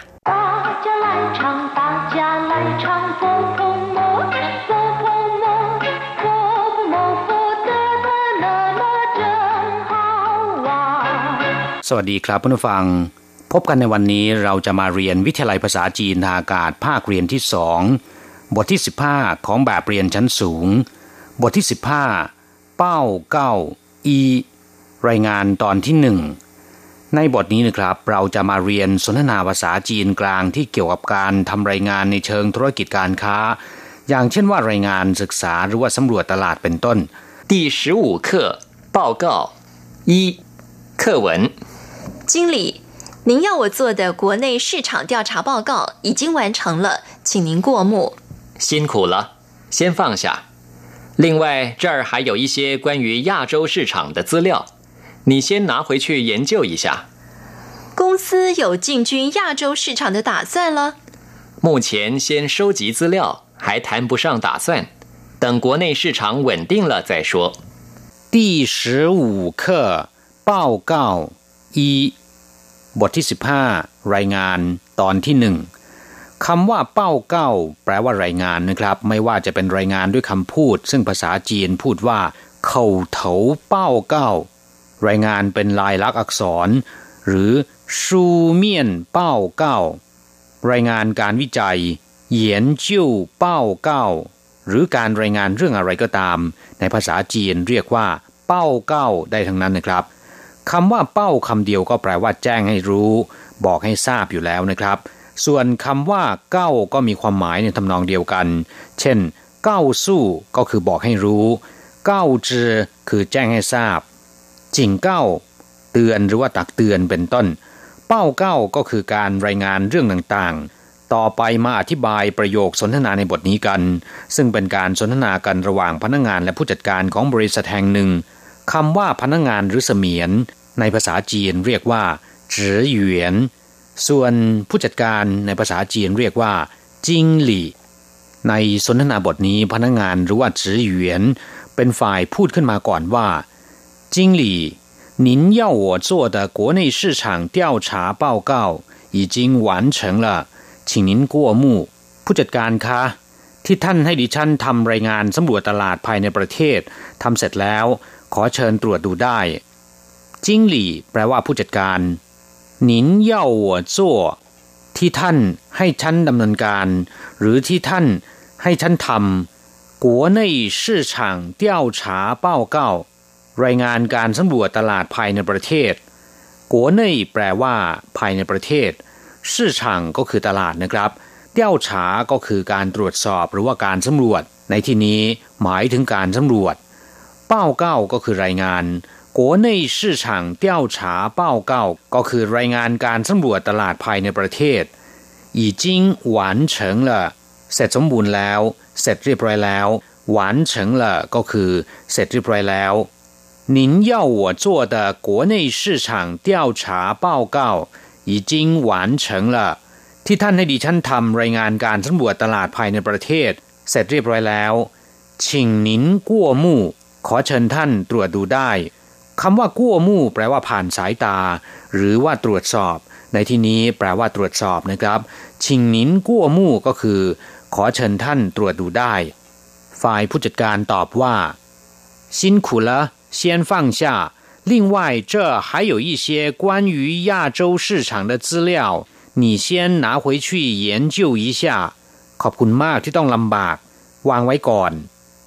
สวัสดีครับผู้ฟังพบกันในวันนี้เราจะมาเรียนวิทยาลัยภาษาจีนทางอากาศภาคเรียนที่สองบทที่สิบห้าของแบบเรียนชั้นสูงบทที่สิบห้าเป้าเก้าอีรายงานตอนที่หนึ่งในบทนี้นะครับเราจะมาเรียนสนทนาภาษาจีนกลางที่เกี่ยวกับการทำรายงานในเชิงธุรกิจการค้าอย่างเช่นว่ารายงานศึกษาหรือว่าสำรวจตลาดเป็นต้น第十五课报告一课文经理，您要我做的国内市场调查报告已经完成了，请您过目。 辛苦了，先放下。另外，这儿还有一些关于亚洲市场的资料，你先拿回去研究一下。 公司有进军亚洲市场的打算了？ 目前先收集资料，还谈不上打算，等国内市场稳定了再说。 第十五课报告一บทที่สิบห้ารายงานตอนที่หนึ่งคำว่าเป้าเก้าแปลว่ารายงานนะครับไม่ว่าจะเป็นรายงานด้วยคำพูดซึ่งภาษาจีนพูดว่าเข่าเถาเป้าเก้ารายงานเป็นลายลักษณ์อักษรหรือชูเมียนเป้าเก้ารายงานการวิจัยเหยียนจิ้วเป้าเก้าหรือการรายงานเรื่องอะไรก็ตามในภาษาจีนเรียกว่าเป้าเก้าได้ทั้งนั้นนะครับคำว่าเป้าคำเดียวก็แปลว่าแจ้งให้รู้บอกให้ทราบอยู่แล้วนะครับส่วนคำว่าเก้าก็มีความหมายในทำนองเดียวกันเช่นเก้าสู้ก็คือบอกให้รู้เก้าจือคือแจ้งให้ทราบจิงเก้าเตือนหรือว่าตักเตือนเป็นต้นเป้าเก้าก็คือการรายงานเรื่องต่างๆต่อไปมาอธิบายประโยคสนทนาในบทนี้กันซึ่งเป็นการสนทนากันระหว่างพนักงานและผู้จัดการของบริษัทแห่งหนึ่งคำว่าพนักงานหรือเสมียนในภาษาจีนเรียกว่าจื่อเหวียนส่วนผู้จัดการในภาษาจีนเรียกว่าจิงหลี่ในสนทนาบทนี้พนักงานหรือว่าจื่อเหวียนเป็นฝ่ายพูดขึ้นมาก่อนว่าจิงหลี่您要我做的国内市场调查报告已经完成了请您过目ผู้จัดการคะที่ท่านให้ดิฉันทำรายงานสำรวจตลาดภายในประเทศทำเสร็จแล้วขอเชิญตรวจดูได้จิงหลี่แปลว่าผู้จัดการ您要我做ที่ท่านให้ฉันดำเนินการหรือที่ท่านให้ฉันทำ国内市场调查报告รายงานการสำรวจตลาดภายในประเทศ国内แปลว่าภายในประเทศ市场ก็คือตลาดนะครับเตี้ยวฉาก็คือการตรวจสอบหรือว่าการสำรวจในที่นี้หมายถึงการสำรวจเป้าเก้าก็คือรายงาน国内市场调查报告ก็คือรายงานการสำรวจตลาดภายในประเทศ已经完成了เสร็จสมบูรณ์แล้วเสร็จเรียบร้อยแล้ว完成了ก็คือเสร็จเรียบร้อยแล้ว您要我做的国内市场调查报告已经完成了ที่ท่านให้ดิฉันทำรายงานการสำรวจตลาดภายในประเทศเสร็จเรียบร้อยแล้ว请您过目ขอเชิญท่านตรวจดูได้คำว่ากั้วมู่แปลว่าผ่านสายตาหรือว่าตรวจสอบในที่นี้แปลว่าตรวจสอบนะครับชิงนินกั้วมู่ก็คือขอเชิญท่านตรวจดูได้ฝ่ายผู้จัดการตอบว่า辛苦了先放下另外这还有一些关于亚洲市场的资料你先拿回去研究一下ขอบคุณมากที่ต้องลำบากวางไว้ก่อน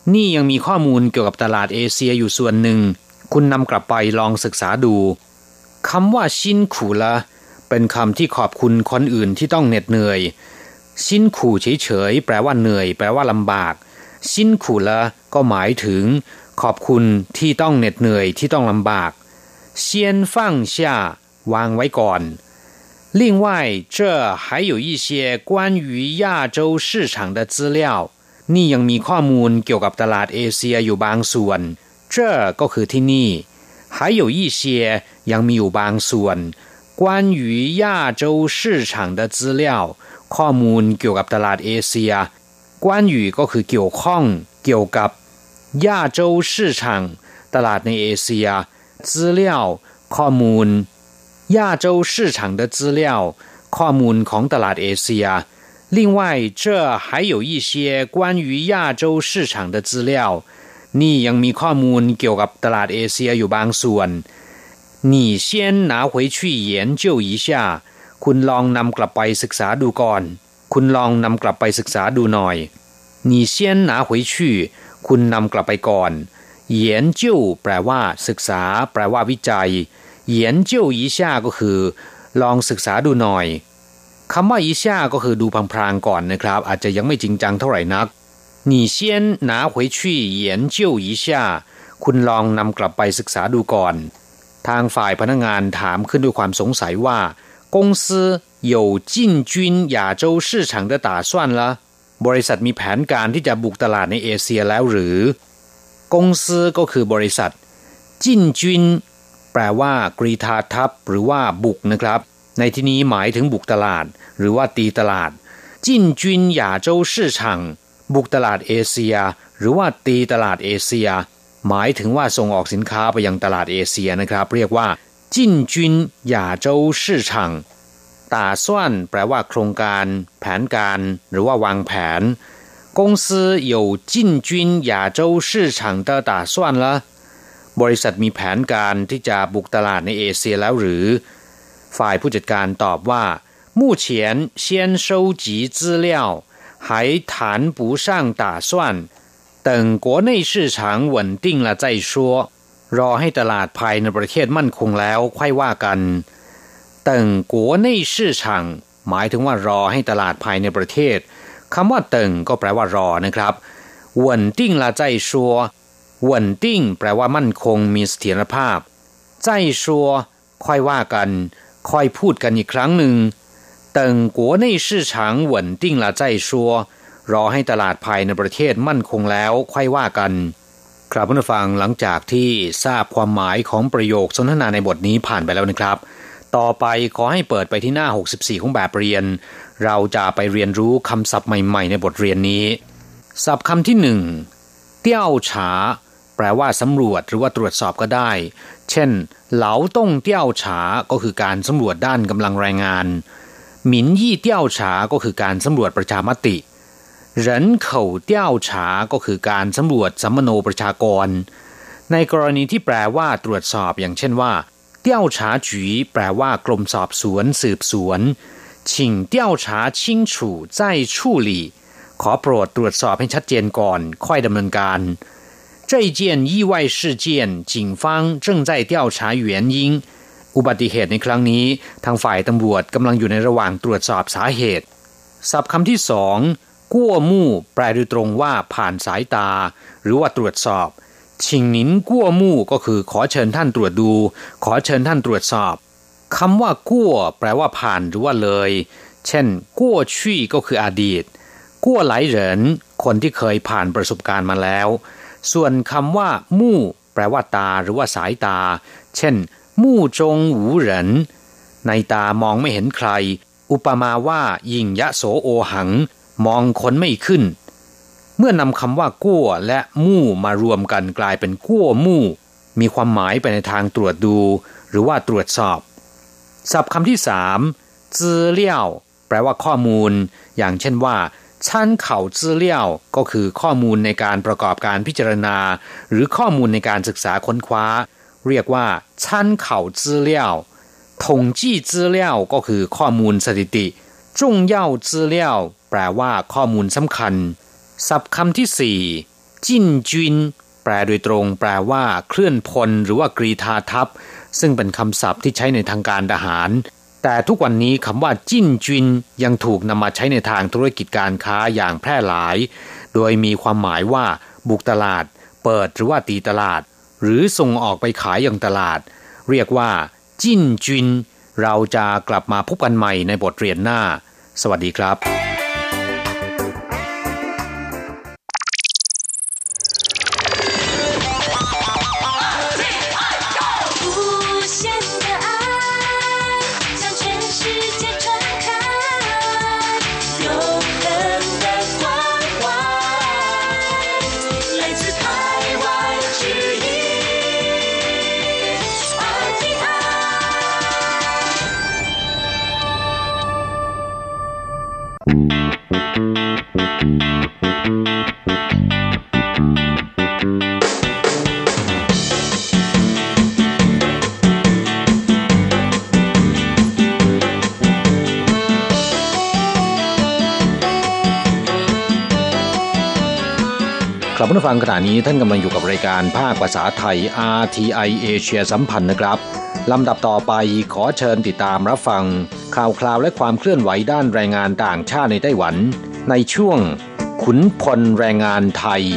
นี่ยังมีข้อมูลเกี่ยวกับตลาดเอเชียอยู่ส่วนหนึ่งคุณนำกลับไปลองศึกษาดูคำว่าชินขู่ละเป็นคำที่ขอบคุณคนอื่นที่ต้องเหน็ดเหนื่อยชินขู่เฉยๆแปลว่าเหนื่อยแปลว่าลำบากชินขู่ละก็หมายถึงขอบคุณที่ต้องเหน็ดเหนื่อยที่ต้องลำบาก先放下วางไว้ก่อน另外这还有一些关于亚洲市场的资料นี่ยังมีข้อมูลเกี่ยวกับตลาดเอเชียอยู่บางส่วน这ก็คือที่นี่还有一些ยังมีอยู่บางส่วน关于亚洲市场的资料ข้อมูลเกี่ยวกับตลาดเอเชีย关于ก็คือเกี่ยวข้องเกี่ยวกับ亚洲市场ตลาดในเอเชีย资料ข้อมูล亚洲市场的资料ข้อมูลของตลาดเอเชีย另外这还有一些关于亚洲市场的资料นี่ยังมีข้อมูลเกี่ยวกับตลาดเอเชียอยู่บางส่วน你先拿回去研究一下คุณลองนำกลับไปศึกษาดูก่อนคุณลองนำกลับไปศึกษาดูหน่อย你先拿回去คุณนำกลับไปก่อน研究แปลว่าศึกษาแปลว่าวิจัย研究一下ก็คือลองศึกษาดูหน่อยคำว่า一下ก็คือดูพลางๆก่อนนะครับอาจจะยังไม่จริงจังเท่าไหร่นัก你先拿回去研究一下คุณลองนำกลับไปศึกษาดูก่อนทางฝ่ายพนักงานถามขึ้นด้วยความสงสัยว่า公司有进军亚洲市场的打算了บริษัทมีแผนการที่จะบุกตลาดในเอเชียแล้วหรือ公司ก็คือบริษัทจินจุนแปลว่ากรีธาทัพหรือว่าบุกนะครับในที่นี้หมายถึงบุกตลาดหรือว่าตีตลาดจินจุน亚洲市场บุกตลาดเอเชียหรือว่าตีตลาดเอเชียหมายถึงว่าส่งออกสินค้าไปยังตลาดเอเชียนะครับเรียกว่าจินจุน亚洲市场打算แปลว่าโครงการแผนการหรือว่าวางแผน公司有进军亚洲市场的打算了บริษัทมีแผนการที่จะบุกตลาดในเอเชียแล้วหรือฝ่ายผู้จัดการตอบว่า目前先收集资料还谈不上打算等国内市场稳定了再说รอให้ตลาดภายในประเทศมั่นคงแล้วค่อยว่ากัน等国内市场หมายถึงว่ารอให้ตลาดภายในประเทศคำว่าเติ่งก็แปลว่ารอนะครับ稳定了再说稳定แปลว่ามั่นคงมีเสถียรภาพ再说ค่อยว่ากันค่อยพูดกันอีกครั้งหนึ่ง等国内市场稳定了再说รอให้ตลาดภายในประเทศมั่นคงแล้วค่อยว่ากันครับผู้ฟังหลังจากที่ทราบความหมายของประโยคสนทนาในบทนี้ผ่านไปแล้วนะครับต่อไปขอให้เปิดไปที่หน้าหกสิบสี่ของแบบเรียนเราจะไปเรียนรู้คำศัพท์ใหม่ๆในบทเรียนนี้ศัพท์คำที่หนึ่งเตี้ยวฉาแปลว่าสำรวจหรือว่าตรวจสอบก็ได้เช่นเหลาต้งเตี้ยวฉาก็คือการสำรวจด้านกำลังแรงงานหมินยี่เตี้ยวฉาก็คือการสำรวจประชามติเหรินเข่าเตี้ยวฉาก็คือการสำรวจสัมมโนประชากรในกรณีที่แปลว่าตรวจสอบอย่างเช่นว่าเตี้ยวฉาจีแปลว่ากรมสอบสวนสืบสวน请调查清楚再处理ขอโปรดตรวจสอบให้ชัดเจนก่อนค่อยดำเนินการ这件意外事件警方正在调查原因อุบัติเหตุในครั้งนี้ทางฝ่ายตำรวจกำลังอยู่ในระหว่างตรวจสอบสาเหตุศัพท์คำที่สองกั้วมู่แปลโดยตรงว่าผ่านสายตาหรือว่าตรวจสอบชิงนินกั้วมู่ก็คือขอเชิญท่านตรวจดูขอเชิญท่านตรวจสอบคำว่ากั้วแปลว่าผ่านหรือว่าเลยเช่นกั้วชี่ก็คืออดีตกั้วไหลเหรินคนที่เคยผ่านประสบการณ์มาแล้วส่วนคำว่ามู่แปลว่าตาหรือว่าสายตาเช่นมู่จงหูเหรินในตามองไม่เห็นใครอุปมาว่ายิ่งยะโสโอหังมองคนไม่ขึ้นเมื่อนำคำว่ากั้วและมู่มารวมกันกลายเป็นกั้วมู่มีความหมายไปในทางตรวจดูหรือว่าตรวจสอบศัพท์คำที่สามจื้อเลี่ยวแปลว่าข้อมูลอย่างเช่นว่า参考资料ก็คือข้อมูลในการประกอบการพิจารณาหรือข้อมูลในการศึกษาค้นคว้าเรียกว่า参考资料统计资料ก็คือข้อมูลสถิติ重要资料แปลว่าข้อมูลสำคัญศัพท์คำที่สี่จิ้นจุนแปลโดยตรงแปลว่าเคลื่อนพลหรือว่ากรีธาทัพซึ่งเป็นคำศัพท์ที่ใช้ในทางการทหารแต่ทุกวันนี้คำว่าจิ้นจุนยังถูกนำมาใช้ในทางธุรกิจการค้าอย่างแพร่หลายโดยมีความหมายว่าบุกตลาดเปิดหรือว่าตีตลาดหรือส่งออกไปขายอย่างตลาดเรียกว่าจิ้นจุนเราจะกลับมาพบกันใหม่ในบทเรียนหน้าสวัสดีครับครับผู้ฟังขณะนี้ท่านกำลังอยู่กับรายการภาคภาษาไทย อาร์ ที ไอ เอเชียสัมพันธ์นะครับลำดับต่อไปขอเชิญติดตามรับฟังข่าวคราวและความเคลื่อนไหวด้านแรงงานต่างชาติในไต้หวันในช่วงขุนพลแรงงานไทย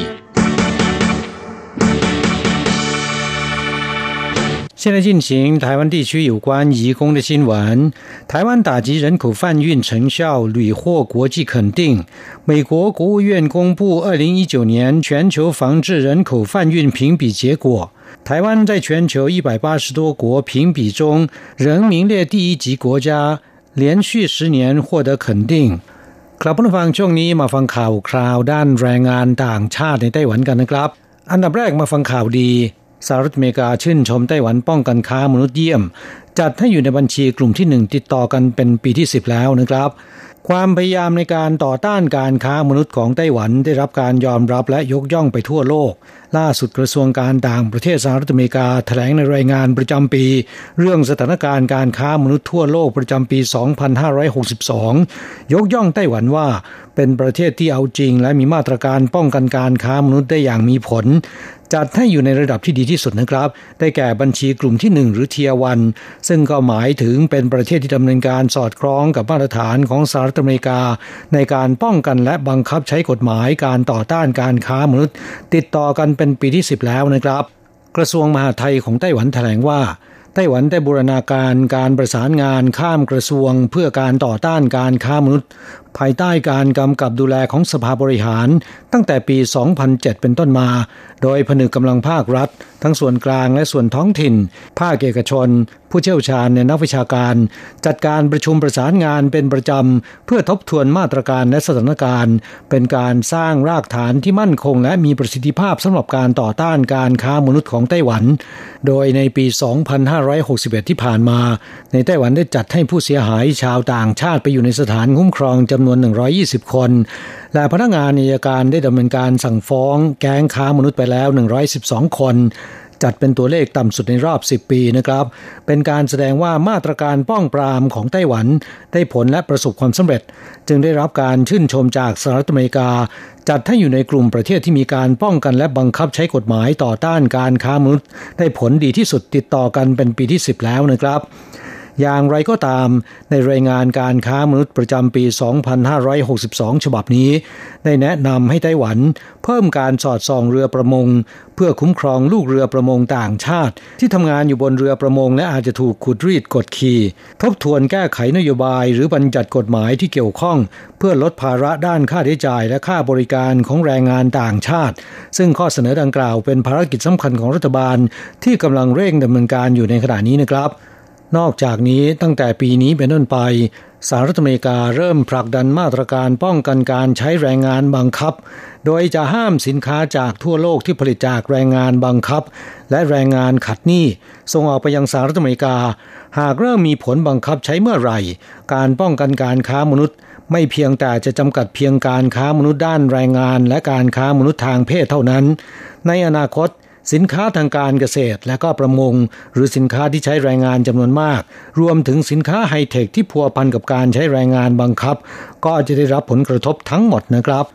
现在进行台湾地区有关移工的新闻。台湾打击人口贩运成效屡获国际肯定。美国国务院公布二零一九年全球防治人口贩运评比结果。台湾在全球一百八十多国评比中仍名列第一级国家，连续十年获得肯定。ครับผู้ฟังช่วงนี้มาฟังข่าวคราวด้านแรงงานต่างชาติในไต้หวันกันนะครับอันดับแรกมาฟังข่าวดีสหรัฐอเมริกาชื่นชมไต้หวันป้องกันค้ามนุษย์เยี่ยมจัดให้อยู่ในบัญชีกลุ่มที่หนึ่งติดต่อกันเป็นปีที่สิบแล้วนะครับความพยายามในการต่อต้านการค้ามนุษย์ของไต้หวันได้รับการยอมรับและยกย่องไปทั่วโลกล่าสุดกระทรวงการต่างประเทศสหรัฐอเมริกาแถลงในรายงานประจำปีเรื่องสถานการณ์การค้ามนุษย์ทั่วโลกประจำปีสองพันห้าร้อยหกสิบสองยกย่องไต้หวันว่าเป็นประเทศที่เอาจริงและมีมาตรการป้องกันการค้ามนุษย์ได้อย่างมีผลจัดให้อยู่ในระดับที่ดีที่สุดนะครับได้แก่บัญชีกลุ่มที่หนึ่งหรือ Tier วันซึ่งก็หมายถึงเป็นประเทศที่ดำเนินการสอดคล้องกับมาตรฐานของสหรัฐอเมริกาในการป้องกันและบังคับใช้กฎหมายการต่อต้านการค้ามนุษย์ติดต่อกันเป็นปีที่สิบแล้วนะครับกระทรวงมหาดไทยของไต้หวันแถลงว่าไต้หวันได้บูรณาการการประสานงานข้ามกระทรวงเพื่อการต่อต้านการค้ามนุษย์ภายใต้การกำกับดูแลของสภาบริหารตั้งแต่ปีสองพันเจ็ดเป็นต้นมาโดยผนึกกำลังภาครัฐทั้งส่วนกลางและส่วนท้องถิ่นภาคเอกชนผู้เชี่ยวชาญในนักวิชาการจัดการประชุมประสานงานเป็นประจำเพื่อทบทวนมาตรการและสถานการณ์เป็นการสร้างรากฐานที่มั่นคงและมีประสิทธิภาพสำหรับการต่อต้านการค้ามนุษย์ของไต้หวันโดยในปีสองพันห้าร้อยหกสิบเอ็ดที่ผ่านมาในไต้หวันได้จัดให้ผู้เสียหายชาวต่างชาติไปอยู่ในสถานคุ้มครองจำนวนหนึ่งร้อยยี่สิบคนและพนักงานอัยการได้ดำเนินการสั่งฟ้องแก๊งค้ามนุษย์ไปแล้วหนึ่งร้อยสิบสองคนจัดเป็นตัวเลขต่ำสุดในรอบสิบปีนะครับเป็นการแสดงว่ามาตรการป้องปรามของไต้หวันได้ผลและประสบความสำเร็จจึงได้รับการชื่นชมจากสหรัฐอเมริกาจัดให้อยู่ในกลุ่มประเทศที่มีการป้องกันและบังคับใช้กฎหมายต่อต้านการค้ามนุษย์ได้ผลดีที่สุดติดต่อกันเป็นปีที่สิบแล้วนะครับอย่างไรก็ตามในรายงานการค้ามนุษย์ประจำปีสองพันห้าร้อยหกสิบสองฉบับนี้ได้แนะนำให้ไต้หวันเพิ่มการสอดส่องเรือประมงเพื่อคุ้มครองลูกเรือประมงต่างชาติที่ทำงานอยู่บนเรือประมงและอาจจะถูกขูดรีดกดขี่ทบทวนแก้ไขนโยบายหรือบัญญัติกฎหมายที่เกี่ยวข้องเพื่อลดภาระด้านค่าใช้จ่ายและค่าบริการของแรงงานต่างชาติซึ่งข้อเสนอดังกล่าวเป็นภารกิจสำคัญของรัฐบาลที่กำลังเร่งดำเนินการอยู่ในขณะนี้นะครับนอกจากนี้ตั้งแต่ปีนี้เป็นต้นไปสหรัฐอเมริกาเริ่มผลักดันมาตรการป้องกันการใช้แรงงานบังคับโดยจะห้ามสินค้าจากทั่วโลกที่ผลิตจากแรงงานบังคับและแรงงานขัดหนี้ส่งออกไปยังสหรัฐอเมริกาหากเริ่มมีผลบังคับใช้เมื่อไหร่การป้องกันการค้ามนุษย์ไม่เพียงแต่จะจำกัดเพียงการค้ามนุษย์ด้านแรงงานและการค้ามนุษย์ทางเพศเท่านั้นในอนาคตสินค้าทางการเกษตรและก็ประมงหรือสินค้าที่ใช้แรงงานจำนวนมากรวมถึงสินค้าไฮเทคที่พัวพันกับการใช้แรงงานบังคับก็จะได้รับผลกระทบทั้งหมดนะครับ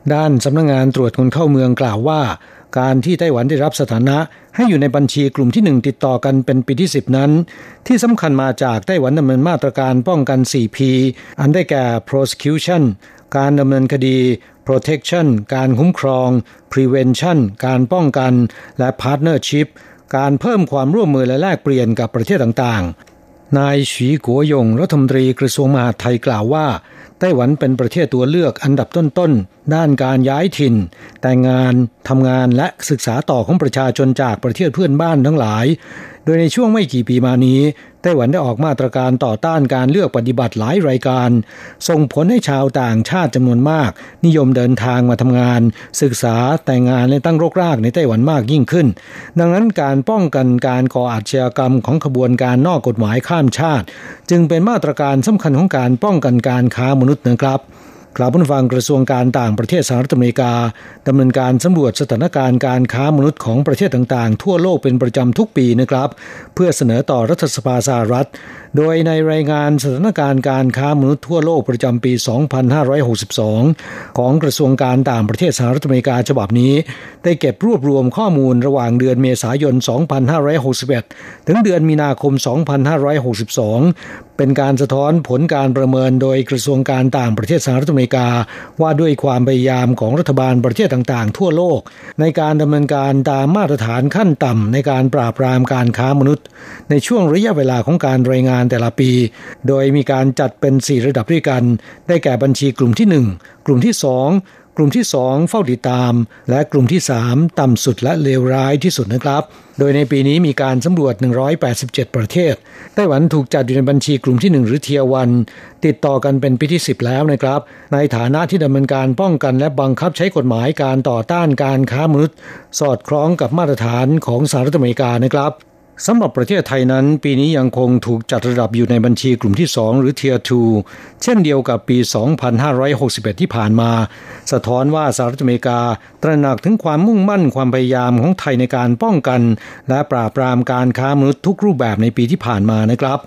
ด้านสำนักงานตรวจคนเข้าเมืองกล่าวว่าการที่ไต้หวันได้รับสถานะให้อยู่ในบัญชีกลุ่มที่หนึ่งติดต่อกันเป็นปีที่สิบนั้นที่สำคัญมาจากไต้หวันดำเนินมาตรการป้องกัน โฟร์ พี อันได้แก่ prosecution การดำเนินคดี protection การคุ้มครอง prevention การป้องกันและ partnership การเพิ่มความร่วมมือและแลกเปลี่ยนกับประเทศต่างๆนายฉีกัวยงรัฐมนตรีกระทรวงมหาดไทยกล่าวว่าไต้หวันเป็นประเทศตัวเลือกอันดับต้นๆด้านการย้ายถิ่นแต่งงานทำงานและศึกษาต่อของประชาชนจากประเทศเพื่อนบ้านทั้งหลายโดยในช่วงไม่กี่ปีมานี้ไต้หวันได้ออกมาตรการต่อต้านการเลือกปฏิบัติหลายรายการส่งผลให้ชาวต่างชาติจำนวนมากนิยมเดินทางมาทำงานศึกษาแต่งงานและตั้งรกรากในไต้หวันมากยิ่งขึ้นดังนั้นการป้องกันการก่ออาชญากรรมของขบวนการนอกกฎหมายข้ามชาติจึงเป็นมาตรการสำคัญของการป้องกันการค้ามนุษย์นะครับกล่าวผู้ฟังกระทรวงการต่างประเทศสหรัฐอเมริกาดำเนินการสำรวจสถานการณ์การค้ามนุษย์ของประเทศต่างๆทั่วโลกเป็นประจำทุกปีนะครับเพื่อเสนอต่อรัฐสภาสหรัฐโดยในรายงานสถานการณ์การค้ามนุษย์ทั่วโลกประจำปีสองพันห้าร้อยหกสิบสองของกระทรวงการต่างประเทศสหรัฐอเมริกาฉบับนี้ได้เก็บรวบรวมข้อมูลระหว่างเดือนเมษายนสองพันห้าร้อยหกสิบเอ็ดถึงเดือนมีนาคมสองพันห้าร้อยหกสิบสองเป็นการสะท้อนผลการประเมินโดยกระทรวงการต่างประเทศสหรัฐอเมริกาว่าด้วยความพยายามของรัฐบาลประเทศต่างๆทั่วโลกในการดำเนินการตามมาตรฐานขั้นต่ำในการปราบปรามการค้ามนุษย์ในช่วงระยะเวลาของการรายงานแต่ละปีโดยมีการจัดเป็นสี่ระดับด้วยกันได้แก่บัญชีกลุ่มที่หนึ่งกลุ่มที่สองกลุ่มที่สองเฝ้าติดตามและกลุ่มที่สามต่ำสุดและเลวร้ายที่สุดนะครับโดยในปีนี้มีการสำรวจหนึ่งร้อยแปดสิบเจ็ดประเทศไต้หวันถูกจัดอยู่ในบัญชีกลุ่มที่หนึ่งหรือเทียร์วันติดต่อกันเป็นปีที่สิบแล้วนะครับในฐานะที่ดำเนินการป้องกันและบังคับใช้กฎหมายการต่อต้านการค้ามนุษย์สอดคล้องกับมาตรฐานของสหรัฐอเมริกานะครับสำหรับประเทศไทยนั้นปีนี้ยังคงถูกจัดระดับอยู่ในบัญชีกลุ่มที่สองหรือ Tier ทูเช่นเดียวกับปีสองพันห้าร้อยหกสิบเอ็ดที่ผ่านมาสะท้อนว่าสหรัฐอเมริกาตระหนักถึงความมุ่งมั่นความพยายามของไทยในการป้องกันและปราบปรามการค้ามนุษย์ทุกรูปแบบในปีที่ผ่านมานะครับ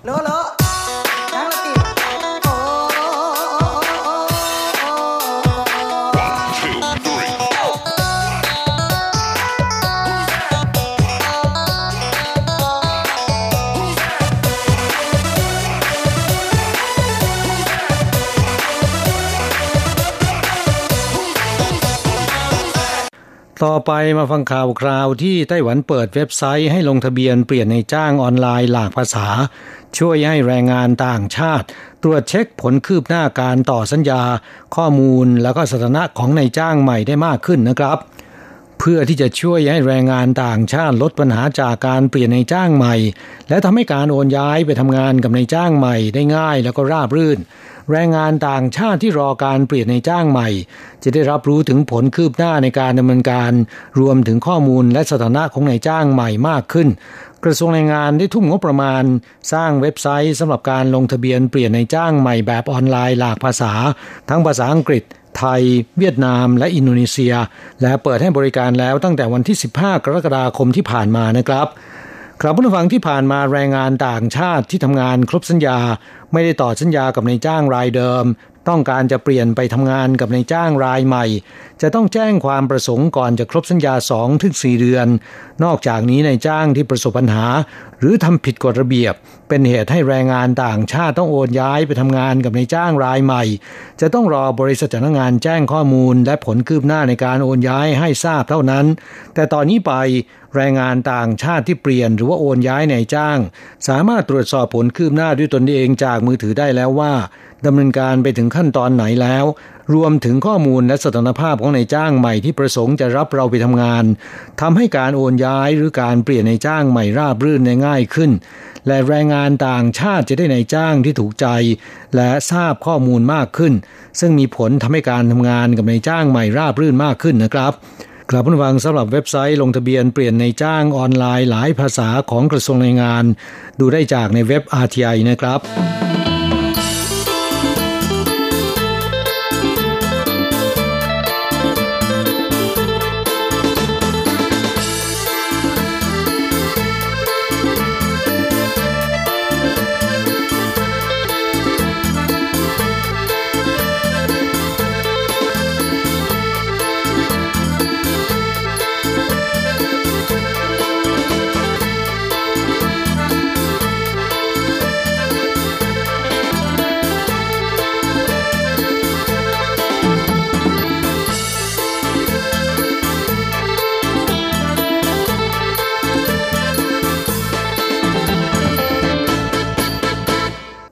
ต่อไปมาฟังข่าวคราวที่ไต้หวันเปิดเว็บไซต์ให้ลงทะเบียนเปลี่ยนในจ้างออนไลน์หลากภาษาช่วยให้แรงงานต่างชาติตรวจเช็คผลคืบหน้าการต่อสัญญาข้อมูลแล้วก็สถานะของนายจ้างใหม่ได้มากขึ้นนะครับเพื่อที่จะช่วยให้แรงงานต่างชาติลดปัญหาจากการเปลี่ยนนายจ้างใหม่และทำให้การโอนย้ายไปทำงานกับนายจ้างใหม่ได้ง่ายแล้วก็ราบรื่นแรงงานต่างชาติที่รอการเปลี่ยนนายจ้างใหม่จะได้รับรู้ถึงผลคืบหน้าในการดำเนินการรวมถึงข้อมูลและสถานะของนายจ้างใหม่มากขึ้นกระทรวงแรงงานได้ทุ่มงบประมาณสร้างเว็บไซต์สำหรับการลงทะเบียนเปลี่ยนนายจ้างใหม่แบบออนไลน์หลากภาษาทั้งภาษาอังกฤษไทยเวียดนามและอินโดนีเซียและเปิดให้บริการแล้วตั้งแต่วันที่สิบห้ากรกฎาคมที่ผ่านมานะครับครับผู้ฟังที่ผ่านมาแรงงานต่างชาติที่ทำงานครบสัญญาไม่ได้ต่อสัญญากับนายจ้างรายเดิมต้องการจะเปลี่ยนไปทำงานกับนายจ้างรายใหม่จะต้องแจ้งความประสงค์ก่อนจะครบสัญญา สองถึงสี่ เดือนนอกจากนี้นายจ้างที่ประสบปัญหาหรือทำผิดกฎระเบียบเป็นเหตุให้แรงงานต่างชาติต้องโอนย้ายไปทำงานกับนายจ้างรายใหม่จะต้องรอบริษัทจ้างงานแจ้งข้อมูลและผลคืบหน้าในการโอนย้ายให้ทราบเท่านั้นแต่ตอนนี้ไปแรงงานต่างชาติที่เปลี่ยนหรือว่าโอนย้ายนายจ้างสามารถตรวจสอบผลคืบหน้าด้วยตนเองจากมือถือได้แล้วว่าดำเนินการไปถึงขั้นตอนไหนแล้วรวมถึงข้อมูลและสถานภาพของนายจ้างใหม่ที่ประสงค์จะรับเราไปทำงานทำให้การโอนย้ายหรือการเปลี่ยนนายจ้างใหม่ราบรื่นได้ง่ายขึ้นและแรงงานต่างชาติจะได้นายจ้างที่ถูกใจและทราบข้อมูลมากขึ้นซึ่งมีผลทำให้การทำงานกับนายจ้างใหม่ราบรื่นมากขึ้นนะครับกลับมาฟังสำหรับเว็บไซต์ลงทะเบียนเปลี่ยนนายจ้างออนไลน์หลายภาษาของกระทรวงแรงงานดูได้จากในเว็บ อาร์ ที ไอ นะครับ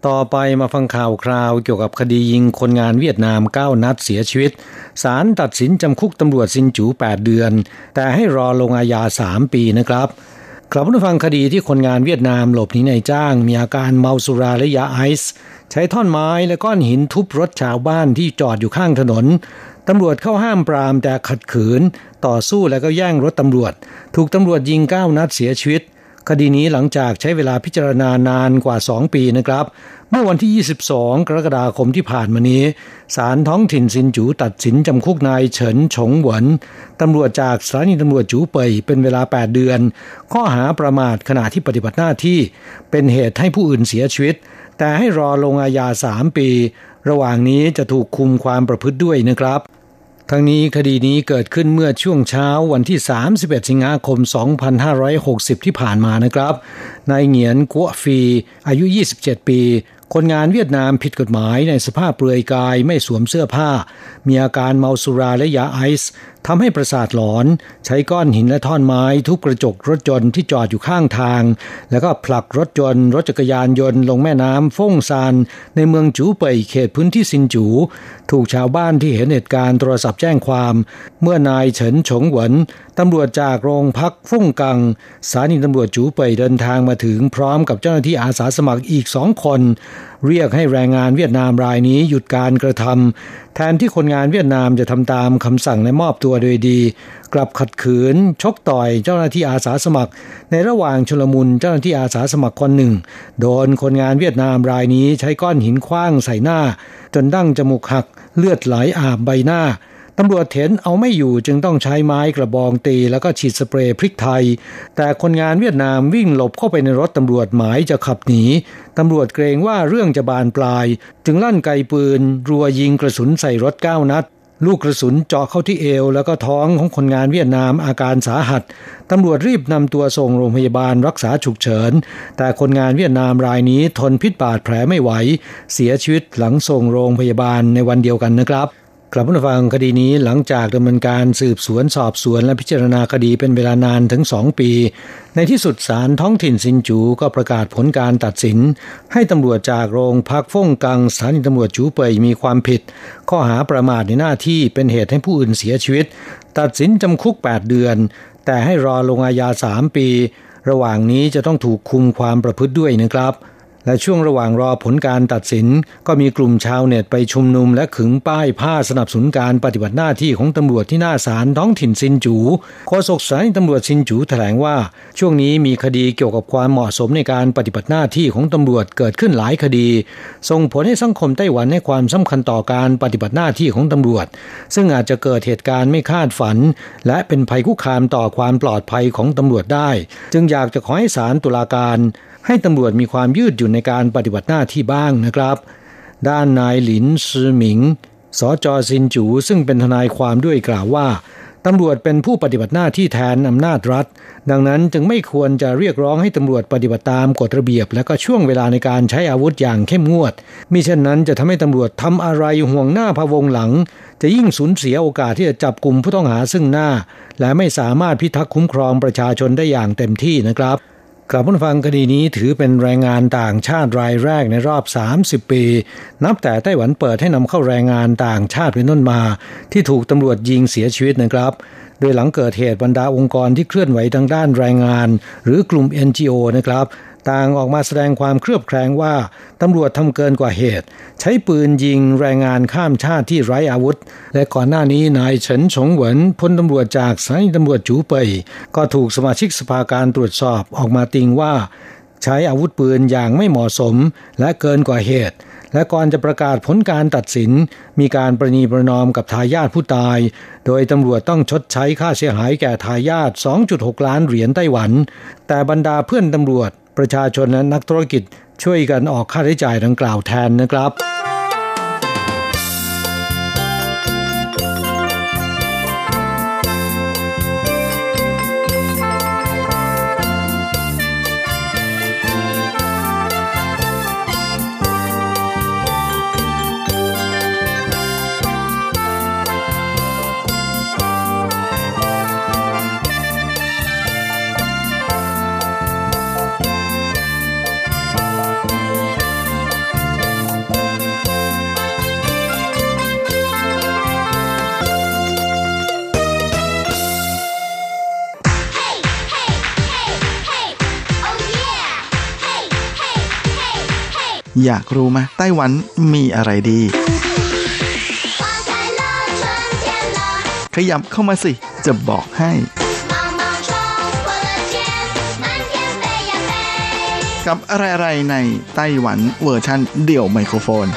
ต่อไปมาฟังข่าวคราวเกี่ยวกับคดียิงคนงานเวียดนามเก้านัดเสียชีวิตศาลตัดสินจำคุกตำรวจซินจูแปดเดือนแต่ให้รอลงอาญาสามปีนะครับกลับมาฟังคดีที่คนงานเวียดนามหลบหนีนายจ้างมีอาการเมาสุราและยาไอซ์ใช้ท่อนไม้และก้อนหินทุบรถชาวบ้านที่จอดอยู่ข้างถนนตำรวจเข้าห้ามปรามแต่ขัดขืนต่อสู้แล้วก็แย่งรถตำรวจถูกตำรวจยิงเก้านัดเสียชีวิตคดีนี้หลังจากใช้เวลาพิจารณานานกว่าสองปีนะครับเมื่อวันที่ยี่สิบสองกรกฎาคมที่ผ่านมานี้ศาลท้องถิ่นซินจูตัดสินจำคุกนายเฉินฉงหวนตำรวจจากสถานีตำรวจจูเป่ยเป็นเวลาแปดเดือนข้อหาประมาทขณะที่ปฏิบัติหน้าที่เป็นเหตุให้ผู้อื่นเสียชีวิตแต่ให้รอลงอาญาสามปีระหว่างนี้จะถูกคุมความประพฤติด้วยนะครับทั้งนี้คดีนี้เกิดขึ้นเมื่อช่วงเช้าวันที่สามสิบเอ็ดสิงหาคมสองพันห้าร้อยหกสิบที่ผ่านมานะครับนายเหงียนกัวฟีอายุยี่สิบเจ็ดปีคนงานเวียดนามผิดกฎหมายในสภาพเปลือยกายไม่สวมเสื้อผ้ามีอาการเมาสุราและยาไอซ์ทำให้ประสาทหลอนใช้ก้อนหินและท่อนไม้ทุบกระจกรถยนต์ที่จอดอยู่ข้างทางแล้วก็ผลักรถยนต์รถจักรยานยนต์ลงแม่น้ำฟ่งซานในเมืองจูเป่ยเขตพื้นที่ซินจูถูกชาวบ้านที่เห็นเหตุการณ์โทรศัพท์แจ้งความเมื่อนายเฉินฉงหวนตำรวจจากโรงพักฟ่งกังสถานีตำรวจจูเป่ยเดินทางมาถึงพร้อมกับเจ้าหน้าที่อาสาสมัครอีกสองคนเรียกให้แรงงานเวียดนามรายนี้หยุดการกระทำแทนที่คนงานเวียดนามจะทำตามคำสั่งและมอบตัวโดยดีกลับขัดขืนชกต่อยเจ้าหน้าที่อาสาสมัครในระหว่างชุลมุนเจ้าหน้าที่อาสาสมัครคนหนึ่งโดนคนงานเวียดนามรายนี้ใช้ก้อนหินขว้างใส่หน้าจนดั้งจมูกหักเลือดไหลอาบใบหน้าตำรวจเห็นเอาไม่อยู่จึงต้องใช้ไม้กระบองตีแล้วก็ฉีดสเปรย์พริกไทยแต่คนงานเวียดนามวิ่งหลบเข้าไปในรถตำรวจหมายจะขับหนีตำรวจเกรงว่าเรื่องจะบานปลายจึงลั่นไกปืนรัวยิงกระสุนใส่รถเก้านัดลูกกระสุนเจาะเข้าที่เอวแล้วก็ท้องของคนงานเวียดนามอาการสาหัสตำรวจรีบนำตัวส่งโรงพยาบาลรักษาฉุกเฉินแต่คนงานเวียดนามรายนี้ทนพิษบาดแผลไม่ไหวเสียชีวิตหลังส่งโรงพยาบาลในวันเดียวกันนะครับกลับมาฟังคดีนี้หลังจากดำเนินการสืบสวนสอบสวนและพิจารณาคดีเป็นเวลานานถึงสองปีในที่สุดศาลท้องถิ่นซินจูก็ประกาศผลการตัดสินให้ตำรวจจากโรงพักฟ่งกังสถานีตำรวจจูเป่ยมีความผิดข้อหาประมาทในหน้าที่เป็นเหตุให้ผู้อื่นเสียชีวิตตัดสินจำคุกแปดเดือนแต่ให้รอลงอาญาสามปีระหว่างนี้จะต้องถูกคุมความประพฤติด้วยนะครับและช่วงระหว่างรอผลการตัดสินก็มีกลุ่มชาวเน็ตไปชุมนุมและขึงป้ายผ้าสนับสนุนการปฏิบัติหน้าที่ของตำรวจที่หน้าศาลท้องถิ่นซินจูโฆษกสถานีตำรวจซินจูแถลงว่าช่วงนี้มีคดีเกี่ยวกับความเหมาะสมในการปฏิบัติหน้าที่ของตำรวจเกิดขึ้นหลายคดีส่งผลให้สังคมไต้หวันให้ความสำคัญต่อการปฏิบัติหน้าที่ของตำรวจซึ่งอาจจะเกิดเหตุการณ์ไม่คาดฝันและเป็นภัยคุกคามต่อความปลอดภัยของตำรวจได้จึงอยากจะขอให้ศาลตุลาการให้ตำรวจมีความยืดหยุ่นในการปฏิบัติหน้าที่บ้างนะครับด้านนายหลินซือหมิงสจ.ซินจูซึ่งเป็นทนายความด้วยกล่าวว่าตำรวจเป็นผู้ปฏิบัติหน้าที่แทนอำนาจรัฐดังนั้นจึงไม่ควรจะเรียกร้องให้ตำรวจปฏิบัติตามกฎระเบียบและก็ช่วงเวลาในการใช้อาวุธอย่างเข้มงวดมิเช่นนั้นจะทำให้ตำรวจทำอะไรห่วงหน้าพะวงหลังจะยิ่งสูญเสียโอกาสที่จะจับกลุ่มผู้ต้องหาซึ่งหน้าและไม่สามารถพิทักษ์คุ้มครองประชาชนได้อย่างเต็มที่นะครับกลับมาฟังคดีนี้ถือเป็นแรงงานต่างชาติรายแรกในรอบสามสิบปีนับแต่ไต้หวันเปิดให้นำเข้าแรงงานต่างชาติเป็นต้นมาที่ถูกตำรวจยิงเสียชีวิตนะครับโดยหลังเกิดเหตุบรรดาองค์กรที่เคลื่อนไหวทางด้านแรงงานหรือกลุ่ม เอ็น จี โอ นะครับต่างออกมาแสดงความเครือบแคลงว่าตำรวจทำเกินกว่าเหตุใช้ปืนยิงแรงงานข้ามชาติที่ไร้อาวุธและก่อนหน้านี้นายเฉินฉงเหวินพลตำรวจจากสถานีตำรวจจูเป่ยก็ถูกสมาชิกสภาการตรวจสอบออกมาติงว่าใช้อาวุธปืนอย่างไม่เหมาะสมและเกินกว่าเหตุและก่อนจะประกาศผลการตัดสินมีการประนีประนอมกับทายาทผู้ตายโดยตำรวจต้องชดใช้ค่าเสียหายแก่ทายาท สองจุดหก ล้านเหรียญไต้หวันแต่บรรดาเพื่อนตำรวจประชาชนและนักธุรกิจช่วยกันออกค่าใช้จ่ายดังกล่าวแทนนะครับขอยากรู้ไหมไต้หวันมีอะไรดีขยับเข้ามาสิจะบอกให้กับอะไรๆในไต้หวันเวอร์ชันเดี่ยวไมโครโฟน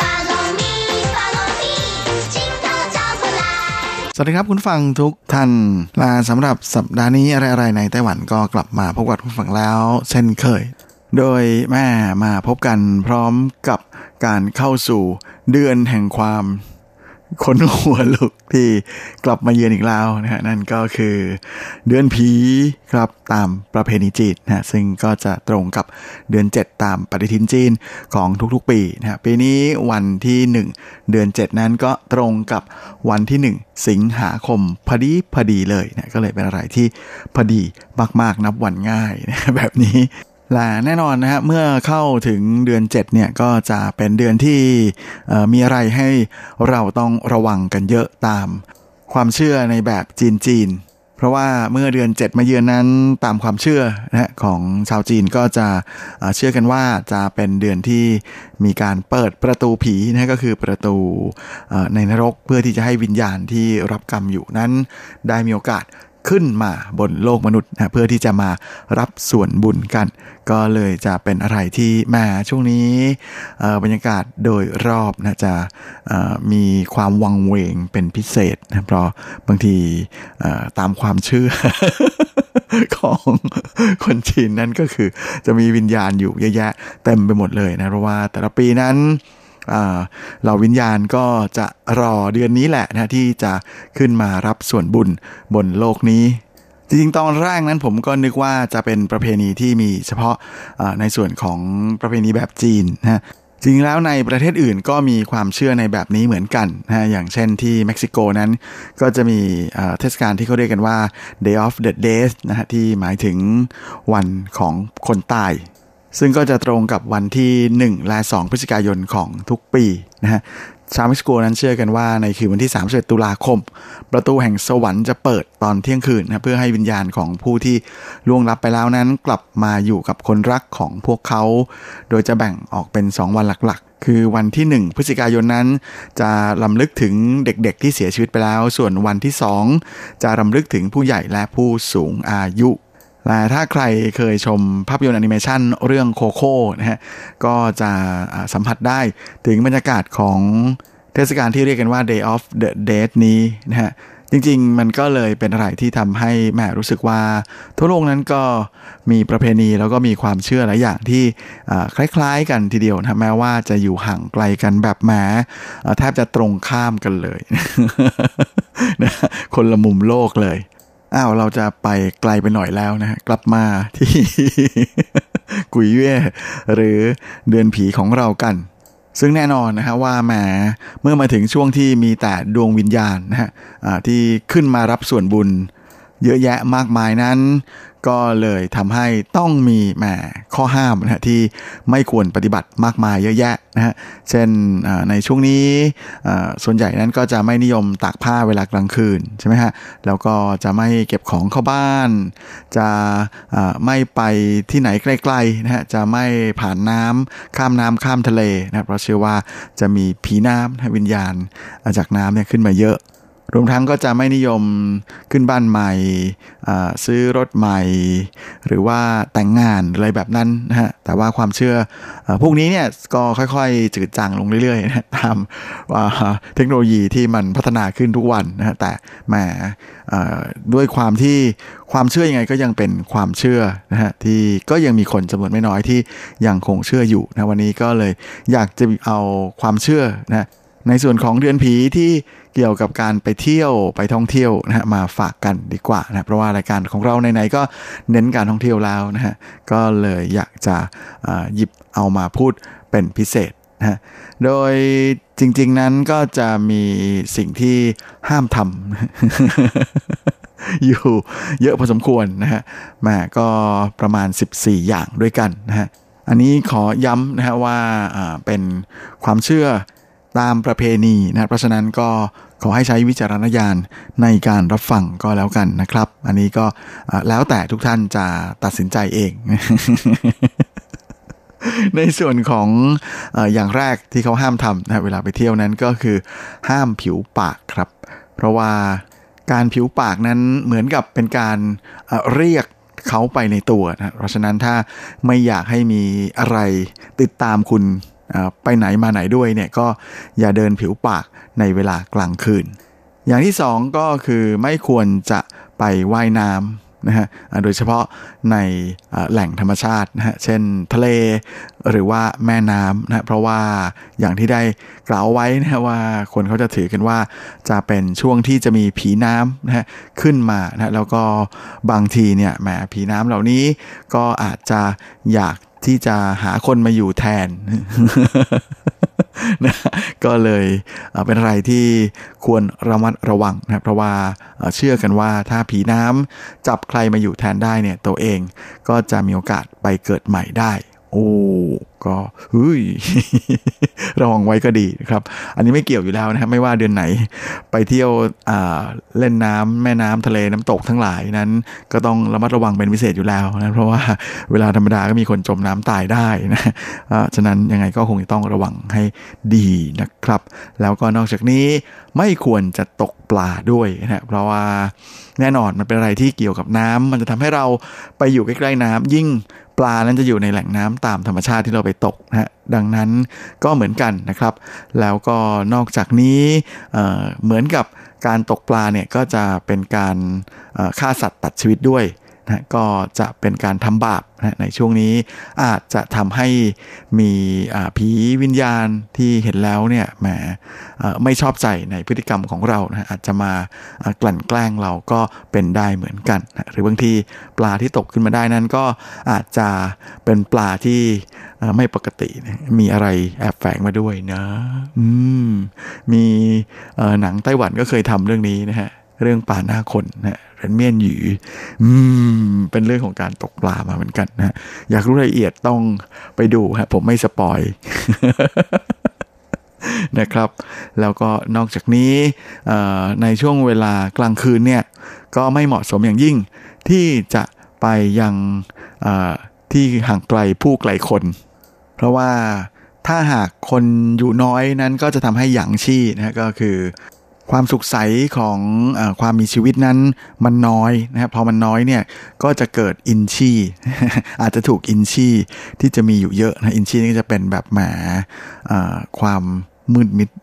สวัสดีครับคุณฟังทุกท่านลาสำหรับสัปดาห์นี้อะไรๆในไต้หวันก็กลับมาพบกับคุณฟังแล้วเช่นเคยโดยแม่มาพบกันพร้อมกับการเข้าสู่เดือนแห่งความขนหัวลุกที่กลับมาเยือนอีกแล้วนะฮะนั่นก็คือเดือนผีครับตามประเพณีจีนนะซึ่งก็จะตรงกับเดือนเจ็ดตามปฏิทินจีนของทุกๆปีนะฮะปีนี้วันที่หนึ่งเดือนเจ็ดนั้นก็ตรงกับวันที่หนึ่งสิงหาคมพอดีพอดีเลยนะก็เลยเป็นอะไรที่พอดีมากๆนับวันง่ายนะแบบนี้และแน่นอนนะฮะเมื่อเข้าถึงเดือนเจ็ดเนี่ยก็จะเป็นเดือนที่มีอะไรให้เราต้องระวังกันเยอะตามความเชื่อในแบบจีนๆเพราะว่าเมื่อเดือนเจ็ดมาเยือนนั้นตามความเชื่อนะของชาวจีนก็จะเชื่อกันว่าจะเป็นเดือนที่มีการเปิดประตูผีนะก็คือประตูในนรกเพื่อที่จะให้วิญญาณที่รับกรรมอยู่นั้นได้มีโอกาสขึ้นมาบนโลกมนุษย์นะเพื่อที่จะมารับส่วนบุญกันก็เลยจะเป็นอะไรที่แม่ช่วงนี้บรรยากาศโดยรอบนะจะมีความวังเวงเป็นพิเศษนะเพราะบางทีตามความเชื่อ ของคนจีนนั่นก็คือจะมีวิญญาณอยู่เยอะแยะเต็มไปหมดเลยนะเพราะว่าแต่ละปีนั้นเหล่าวิญญาณก็จะรอเดือนนี้แหละนะที่จะขึ้นมารับส่วนบุญบนโลกนี้จริงๆตอนแรกนั้นผมก็นึกว่าจะเป็นประเพณีที่มีเฉพาะในส่วนของประเพณีแบบจีนนะจริงแล้วในประเทศอื่นก็มีความเชื่อในแบบนี้เหมือนกันนะอย่างเช่นที่เม็กซิโกนั้นก็จะมีเทศกาลที่เขาเรียกกันว่า Day of the Dead นะฮะที่หมายถึงวันของคนตายซึ่งก็จะตรงกับวันที่หนึ่งและสองพฤศจิกายนของทุกปีนะฮะชาวเม็กซิโกนั้นเชื่อกันว่าในคืนวันที่สามสิบเอ็ดตุลาคมประตูแห่งสวรรค์จะเปิดตอนเที่ยงคืนนะเพื่อให้วิญญาณของผู้ที่ล่วงลับไปแล้วนั้นกลับมาอยู่กับคนรักของพวกเขาโดยจะแบ่งออกเป็นสองวันหลักๆคือวันที่หนึ่งพฤศจิกายนนั้นจะรำลึกถึงเด็กๆที่เสียชีวิตไปแล้วส่วนวันที่สองจะรำลึกถึงผู้ใหญ่และผู้สูงอายุและถ้าใครเคยชมภาพยนตร์แอนิเมชันเรื่องโคโค่นะฮะก็จะสัมผัสได้ถึงบรรยากาศของเทศกาลที่เรียกกันว่า Day of the Dead นี้นะฮะจริงๆมันก็เลยเป็นอะไรที่ทำให้แม่รู้สึกว่าทั่วโลกนั้นก็มีประเพณีแล้วก็มีความเชื่อหลายอย่างที่คล้ายๆกันทีเดียวนะแม้ว่าจะอยู่ห่างไกลกันแบบแหมแทบจะตรงข้ามกันเลย นะคนละมุมโลกเลยอ้าวเราจะไปไกลไปหน่อยแล้วนะฮะกลับมาที่ กุยเย่หรือเดือนผีของเรากันซึ่งแน่นอนนะฮะว่าแหมเมื่อมาถึงช่วงที่มีแต่ดวงวิญญาณนะฮะที่ขึ้นมารับส่วนบุญเยอะแยะมากมายนั้นก็เลยทำให้ต้องมีแหมข้อห้ามนะฮะที่ไม่ควรปฏิบัติมากมายเยอะแยะนะฮะเช่นในช่วงนี้ส่วนใหญ่นั้นก็จะไม่นิยมตากผ้าเวลากลางคืนใช่ไหมฮะแล้วก็จะไม่เก็บของเข้าบ้านจะไม่ไปที่ไหนใกล้ๆนะฮะจะไม่ผ่านน้ำข้ามน้ำข้ามทะเลนะเพราะเชื่อว่าจะมีผีน้ำวิญญาณจากน้ำเนี่ยขึ้นมาเยอะรวมทั้งก็จะไม่นิยมขึ้นบ้านใหม่ซื้อรถใหม่หรือว่าแต่งงานอะไรแบบนั้นนะฮะแต่ว่าความเชื่อพวกนี้เนี่ยก็ค่อยๆจืดจางลงเรื่อยๆนะตามเทคโนโลยีที่มันพัฒนาขึ้นทุกวันนะฮะแต่แหมด้วยความที่ความเชื่อยังไงก็ยังเป็นความเชื่อนะฮะที่ก็ยังมีคนจำนวนไม่น้อยที่ยังคงเชื่ออยู่นะวันนี้ก็เลยอยากจะเอาความเชื่อนะในส่วนของเดือนผีที่เกี่ยวกับการไปเที่ยวไปท่องเที่ยวนะฮะมาฝากกันดีกว่านะเพราะว่ารายการของเราไหนๆก็เน้นการท่องเที่ยวแล้วนะฮะก็เลยอยากจะหยิบเอามาพูดเป็นพิเศษนะฮะโดยจริงๆนั้นก็จะมีสิ่งที่ห้ามทำ อยู่เยอะพอสมควรนะฮะแม่ก็ประมาณสิบสี่อย่างด้วยกันนะฮะอันนี้ขอย้ำนะฮะว่าเป็นความเชื่อตามประเพณีนะเพราะฉะนั้นก็ขอให้ใช้วิจารณญาณในการรับฟังก็แล้วกันนะครับอันนี้ก็แล้วแต่ทุกท่านจะตัดสินใจเองในส่วนของเอ่ออย่างแรกที่เขาห้ามทำนะเวลาไปเที่ยวนั้นก็คือห้ามผิวปากครับเพราะว่าการผิวปากนั้นเหมือนกับเป็นการเอ่อเรียกเขาไปในตัวนะเพราะฉะนั้นถ้าไม่อยากให้มีอะไรติดตามคุณไปไหนมาไหนด้วยเนี่ยก็อย่าเดินผิวปากในเวลากลางคืนอย่างที่สองก็คือไม่ควรจะไปว่ายน้ำนะฮะโดยเฉพาะในแหล่งธรรมชาตินะฮะเช่นทะเลหรือว่าแม่น้ำนะเพราะว่าอย่างที่ได้กล่าวไว้นะว่าคนเขาจะถือกันว่าจะเป็นช่วงที่จะมีผีน้ำนะฮะขึ้นมานะแล้วก็บางทีเนี่ยแหมผีน้ำเหล่านี้ก็อาจจะอยากที่จะหาคนมาอยู่แทน นะก็เลยเป็นอะไรที่ควรระมัดระวังนะเพราะว่าเชื่อกันว่าถ้าผีน้ำจับใครมาอยู่แทนได้เนี่ยตัวเองก็จะมีโอกาสไปเกิดใหม่ได้โอ้ก็เฮ้ย ระวังไว้ก็ดีครับอันนี้ไม่เกี่ยวอยู่แล้วนะครับไม่ว่าเดือนไหนไปเที่ยวเล่นน้ำแม่น้ำทะเลน้ำตกทั้งหลายนั้นก็ต้องระมัดระวังเป็นพิเศษอยู่แล้วนะเพราะว่าเวลาธรรมดาก็มีคนจมน้ำตายได้นะฉะนั้นยังไงก็คงต้องระวังให้ดีนะครับแล้วก็นอกจากนี้ไม่ควรจะตกปลาด้วยนะเพราะว่าแน่นอนมันเป็นอะไรที่เกี่ยวกับน้ำมันจะทำให้เราไปอยู่ใกล้ๆน้ำยิ่งปลานั้นจะอยู่ในแหล่งน้ำตามธรรมชาติที่เราไปตกนะฮะดังนั้นก็เหมือนกันนะครับแล้วก็นอกจากนี้เอ่อเหมือนกับการตกปลาเนี่ยก็จะเป็นการฆ่าสัตว์ตัดชีวิตด้วยนะก็จะเป็นการทำบาปนะในช่วงนี้อาจจะทำให้มีผีวิญญาณที่เห็นแล้วเนี่ยแหมไม่ชอบใจในพฤติกรรมของเรานะอาจจะมากลั่นแกล้งเราก็เป็นได้เหมือนกันนะหรือบางทีปลาที่ตกขึ้นมาได้นั้นก็อาจจะเป็นปลาที่ไม่ปกตินะมีอะไรแอบแฝงมาด้วยนะอืมมีหนังไต้หวันก็เคยทำเรื่องนี้นะฮะเรื่องปลาหน้าคนนะเรนเมียนหยูอืมเป็นเรื่องของการตกปลามาเหมือนกันนะอยากรู้รายละเอียดต้องไปดูฮะผมไม่สปอย นะครับแล้วก็นอกจากนี้ในช่วงเวลากลางคืนเนี่ยก็ไม่เหมาะสมอย่างยิ่งที่จะไปยังที่ห่างไกลผู้ไกลคนเพราะว่าถ้าหากคนอยู่น้อยนั้นก็จะทำให้หยางชี่นะก็คือความสุขใสของเอ่อความมีชีวิตนั้นมันน้อยนะครับพอมันน้อยเนี่ยก็จะเกิดอินชี่ อาจจะถูกอินชี่ที่จะมีอยู่เยอะนะอินชี่นี่จะเป็นแบบแหมเอ่อความมืดมิด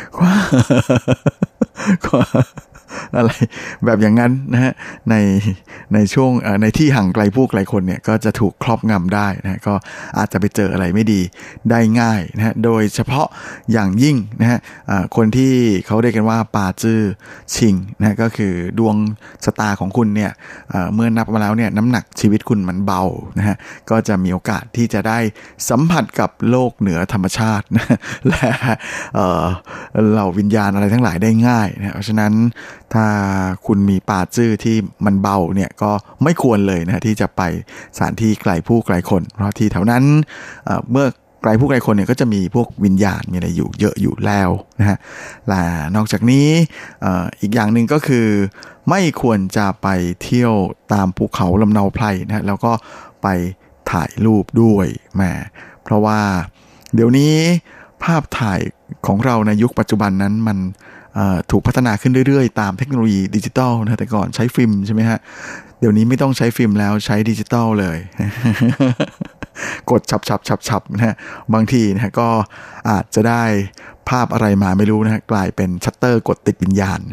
อะไรแบบอย่างนั้นนะฮะในในช่วงในที่ห่างไกลผู้ไกลคนเนี่ยก็จะถูกครอบงำได้นะก็อาจจะไปเจออะไรไม่ดีได้ง่ายนะฮะโดยเฉพาะอย่างยิ่งนะฮะคนที่เขาเรียกกันว่าปาจื้อชิงนะก็คือดวงชะตาของคุณเนี่ยเมื่อนับมาแล้วเนี่ยน้ำหนักชีวิตคุณมันเบานะฮะก็จะมีโอกาสที่จะได้สัมผัสกับโลกเหนือธรรมชาตินะและเหล่าวิญญาณอะไรทั้งหลายได้ง่ายนะเพราะฉะนั้นถ้าคุณมีปาจื้อที่มันเบาเนี่ยก็ไม่ควรเลยนะที่จะไปสถานที่ไกลผู้ไกลคนเพราะที่แถวนั้น เอ่อ เมื่อไกลผู้ไกลคนเนี่ยก็จะมีพวกวิญญาณมีอะไรอยู่เยอะอยู่แล้วนะฮะและนอกจากนี้ เอ่อ อีกอย่างหนึ่งก็คือไม่ควรจะไปเที่ยวตามภูเขาลำเนาไพรนะแล้วก็ไปถ่ายรูปด้วยแหมเพราะว่าเดี๋ยวนี้ภาพถ่ายของเราในยุคปัจจุบันนั้นมันถูกพัฒนาขึ้นเรื่อยๆตามเทคโนโลยีดิจิตอลนะแต่ก่อนใช้ฟิล์มใช่ไหมฮะเดี๋ยวนี้ไม่ต้องใช้ฟิล์มแล้วใช้ดิจิตอลเลย กดฉับๆๆๆนะฮะบางทีนะฮะก็อาจจะได้ภาพอะไรมาไม่รู้นะฮะกลายเป็นชัตเตอร์กดติดวิญญาณ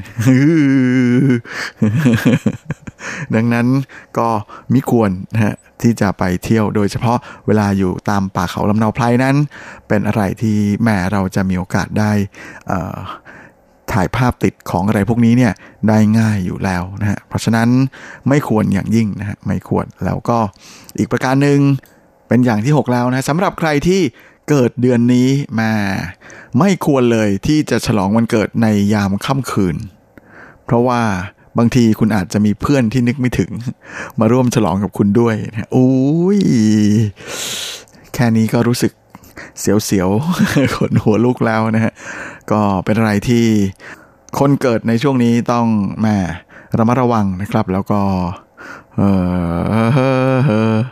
ดังนั้นก็มิควรนะฮะที่จะไปเที่ยวโดยเฉพาะเวลาอยู่ตามป่าเขาลำเนาไพรนั้นเป็นอะไรที่แม้เราจะมีโอกาสได้ถ่ายภาพติดของอะไรพวกนี้เนี่ยได้ง่ายอยู่แล้วนะฮะเพราะฉะนั้นไม่ควรอย่างยิ่งนะฮะไม่ควรแล้วก็อีกประการหนึ่งเป็นอย่างที่หกแล้วนะสำหรับใครที่เกิดเดือนนี้มาไม่ควรเลยที่จะฉลองวันเกิดในยามค่ำคืนเพราะว่าบางทีคุณอาจจะมีเพื่อนที่นึกไม่ถึงมาร่วมฉลองกับคุณด้วยนะโอ้ยแค่นี้ก็รู้สึกเสียวๆขนหัวลุกแล้วนะฮะก็เป็นอะไรที่คนเกิดในช่วงนี้ต้องแหมระมัดระวังนะครับแล้วก็เออ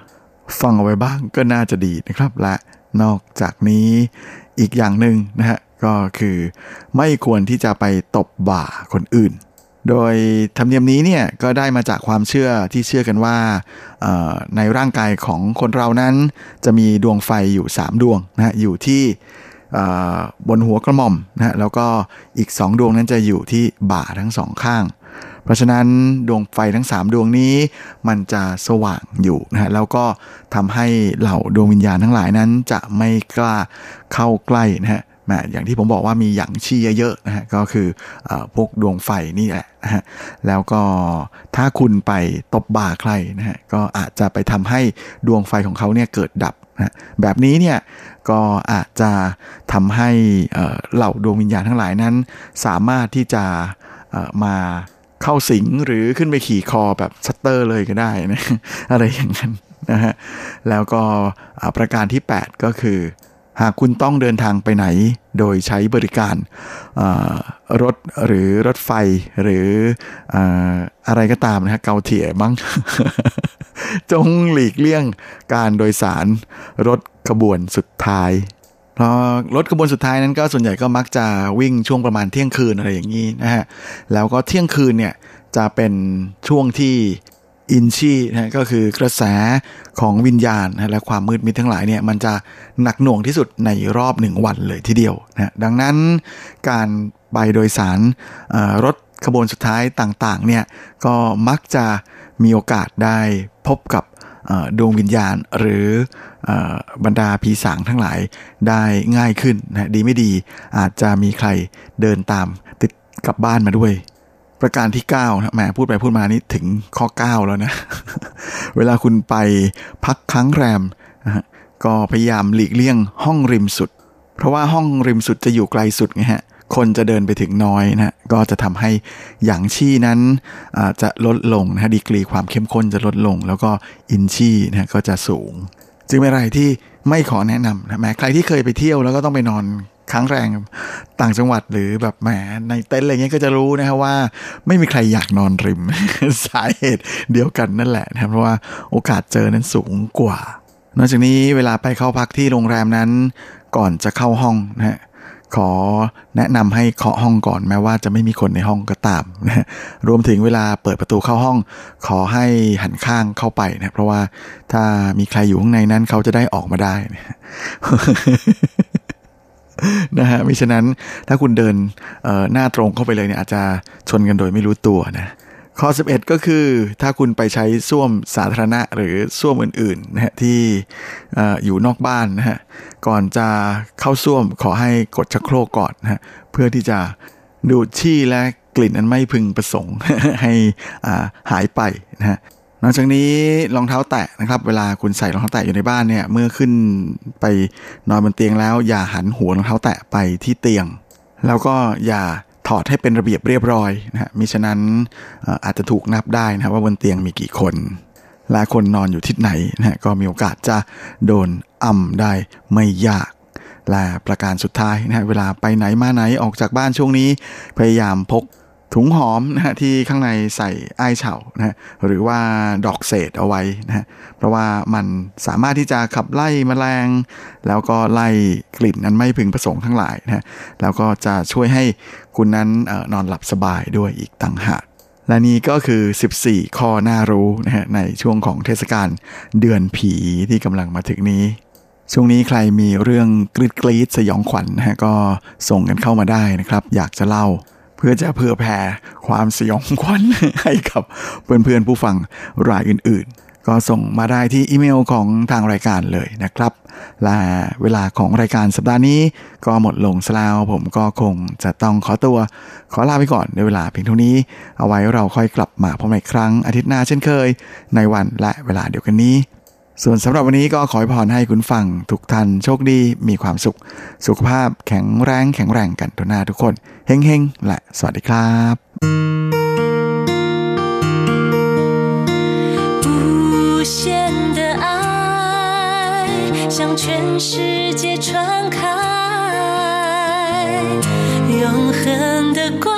ฟังเอาไว้บ้างก็น่าจะดีนะครับและนอกจากนี้อีกอย่างหนึ่งนะฮะก็คือไม่ควรที่จะไปตบบ่าคนอื่นโดยธรรมเนียมนี้เนี่ยก็ได้มาจากความเชื่อที่เชื่อกันว่าในร่างกายของคนเรานั้นจะมีดวงไฟอยู่สามดวงนะฮะอยู่ที่บนหัวกระหม่อมนะฮะแล้วก็อีกสองดวงนั้นจะอยู่ที่บ่าทั้งสองข้างเพราะฉะนั้นดวงไฟทั้งสามดวงนี้มันจะสว่างอยู่นะฮะแล้วก็ทำให้เหล่าดวงวิญญาณทั้งหลายนั้นจะไม่กล้าเข้าใกล้นะฮะอย่างที่ผมบอกว่ามีหยางชี่เยอะๆนะฮะก็คือเอ่อพวกดวงไฟนี่แหละนะฮะแล้วก็ถ้าคุณไปตบบ่าใครนะฮะก็อาจจะไปทำให้ดวงไฟของเขาเนี่ยเกิดดับนะแบบนี้เนี่ยก็อาจจะทำให้เอ่อเหล่าดวงวิญญาณทั้งหลายนั้นสามารถที่จะเอ่อมาเข้าสิงหรือขึ้นไปขี่คอแบบชัตเตอร์เลยก็ได้นะอะไรอย่างนั้นนะฮะแล้วก็ประการที่แปดก็คือหากคุณต้องเดินทางไปไหนโดยใช้บริการรถหรือรถไฟหรืออะไรก็ตามนะฮะเกาเถี่ยมั้ง จงหลีกเลี่ยงการโดยสารรถขบวนสุดท้ายเพราะรถขบวนสุดท้ายนั้นก็ส่วนใหญ่ก็มักจะวิ่งช่วงประมาณเที่ยงคืนอะไรอย่างนี้นะฮะแล้วก็เที่ยงคืนเนี่ยจะเป็นช่วงที่อินชีนะก็คือกระแสของวิญญาณนะและความมืดมิดทั้งหลายเนี่ยมันจะหนักหน่วงที่สุดในรอบหนึ่งวันเลยทีเดียวนะดังนั้นการไปโดยสารรถขบวนสุดท้ายต่างๆเนี่ยก็มักจะมีโอกาสได้พบกับดวงวิญญาณหรือบรรดาผีสางทั้งหลายได้ง่ายขึ้นนะดีไม่ดีอาจจะมีใครเดินตามติดกลับบ้านมาด้วยประการที่เก้านะแหมพูดไปพูดมานี่ถึงข้อเก้าแล้วนะ เวลาคุณไปพักค้างแรมนะก็พยายามหลีกเลี่ยงห้องริมสุดเพราะว่าห้องริมสุดจะอยู่ไกลสุดไงฮะคนจะเดินไปถึงน้อยนะก็จะทำให้หยางชี่นั้นจะลดลงนะดีกรีความเข้มข้นจะลดลงแล้วก็อินชี่นะก็จะสูงจึงเป็นอะไรที่ไม่ขอแนะนำนะแม้ใครที่เคยไปเที่ยวแล้วก็ต้องไปนอนค้างแรงต่างจังหวัดหรือแบบแหมในเต็นท์อะไรเงี้ยก็จะรู้นะครับว่าไม่มีใครอยากนอนริม สาเหตุเดียวกันนั่นแหละนะเพราะว่าโอกาสเจอนั้นสูงกว่านอกจากนี้เวลาไปเข้าพักที่โรงแรมนั้นก่อนจะเข้าห้องนะฮะขอแนะนำให้เคาะห้องก่อนแม้ว่าจะไม่มีคนในห้องก็ตามนะรวมถึงเวลาเปิดประตูเข้าห้องขอให้หันข้างเข้าไปนะเพราะว่าถ้ามีใครอยู่ข้างในนั้นเขาจะได้ออกมาได้นะ นะฮะมิฉะนั้นถ้าคุณเดินเอ่อหน้าตรงเข้าไปเลยเนี่ยอาจจะชนกันโดยไม่รู้ตัวนะข้อสิบเอ็ดก็คือถ้าคุณไปใช้ส้วมสาธารณะหรือส้วมอื่นๆนะฮะที่เอ่ออยู่นอกบ้านนะฮะก่อนจะเข้าส้วมขอให้กดชักโครกก่อนนะฮะเพื่อที่จะดูดชี่และกลิ่นอันไม่พึงประสงค์ ให้อ่าหายไปนะฮะนอกจากนี้รองเท้าแตะนะครับเวลาคุณใส่รองเท้าแตะอยู่ในบ้านเนี่ยเมื่อขึ้นไปนอนบนเตียงแล้วอย่าหันหัวรองเท้าแตะไปที่เตียงแล้วก็อย่าถอดให้เป็นระเบียบเรียบร้อยนะฮะมิฉะนั้นอาจจะถูกนับได้นะว่าบนเตียงมีกี่คนและคนนอนอยู่ทิศไหนนะฮะก็มีโอกาสจะโดนอ่ำได้ไม่ยากและประการสุดท้ายนะฮะเวลาไปไหนมาไหนออกจากบ้านช่วงนี้พยายามพกถุงหอมนะฮะที่ข้างในใส่อ้ายเฉานะฮะหรือว่าดอกเศษเอาไว้นะฮะเพราะว่ามันสามารถที่จะขับไล่แมลงแล้วก็ไล่กลิ่นนั้นไม่พึงประสงค์ทั้งหลายนะฮะแล้วก็จะช่วยให้คุณนั้นเอ่อนอนหลับสบายด้วยอีกต่างหากและนี่ก็คือสิบสี่ข้อน่ารู้นะฮะในช่วงของเทศกาลเดือนผีที่กำลังมาถึงนี้ช่วงนี้ใครมีเรื่องกรี๊ดกรี๊ดสยองขวัญ นะฮะก็ส่งกันเข้ามาได้นะครับอยากจะเล่าเพื่อจะเผื่อแผ่ความสยองขวัญ ให้กับเพื่อนๆผู้ฟังรายอื่นๆก็ส่งมาได้ที่อีเมลของทางรายการเลยนะครับและเวลาของรายการสัปดาห์นี้ก็หมดลงซะแล้วผมก็คงจะต้องขอตัวขอลาไปก่อนในเวลาเพียงเท่านี้เอาไว้เราค่อยกลับมาพบกันอีกครั้งอาทิตย์หน้าเช่นเคยในวันและเวลาเดียวกันนี้ส่วนสำหรับวันนี้ก็ขอให้พรให้คุณฟังทุกท่านโชคดีมีความสุขสุขภาพแข็งแรงแข็งแรงกันทุกหน้าทุกคนเฮงๆและสวัสดีครับ无限的爱向全世界传开永恒的光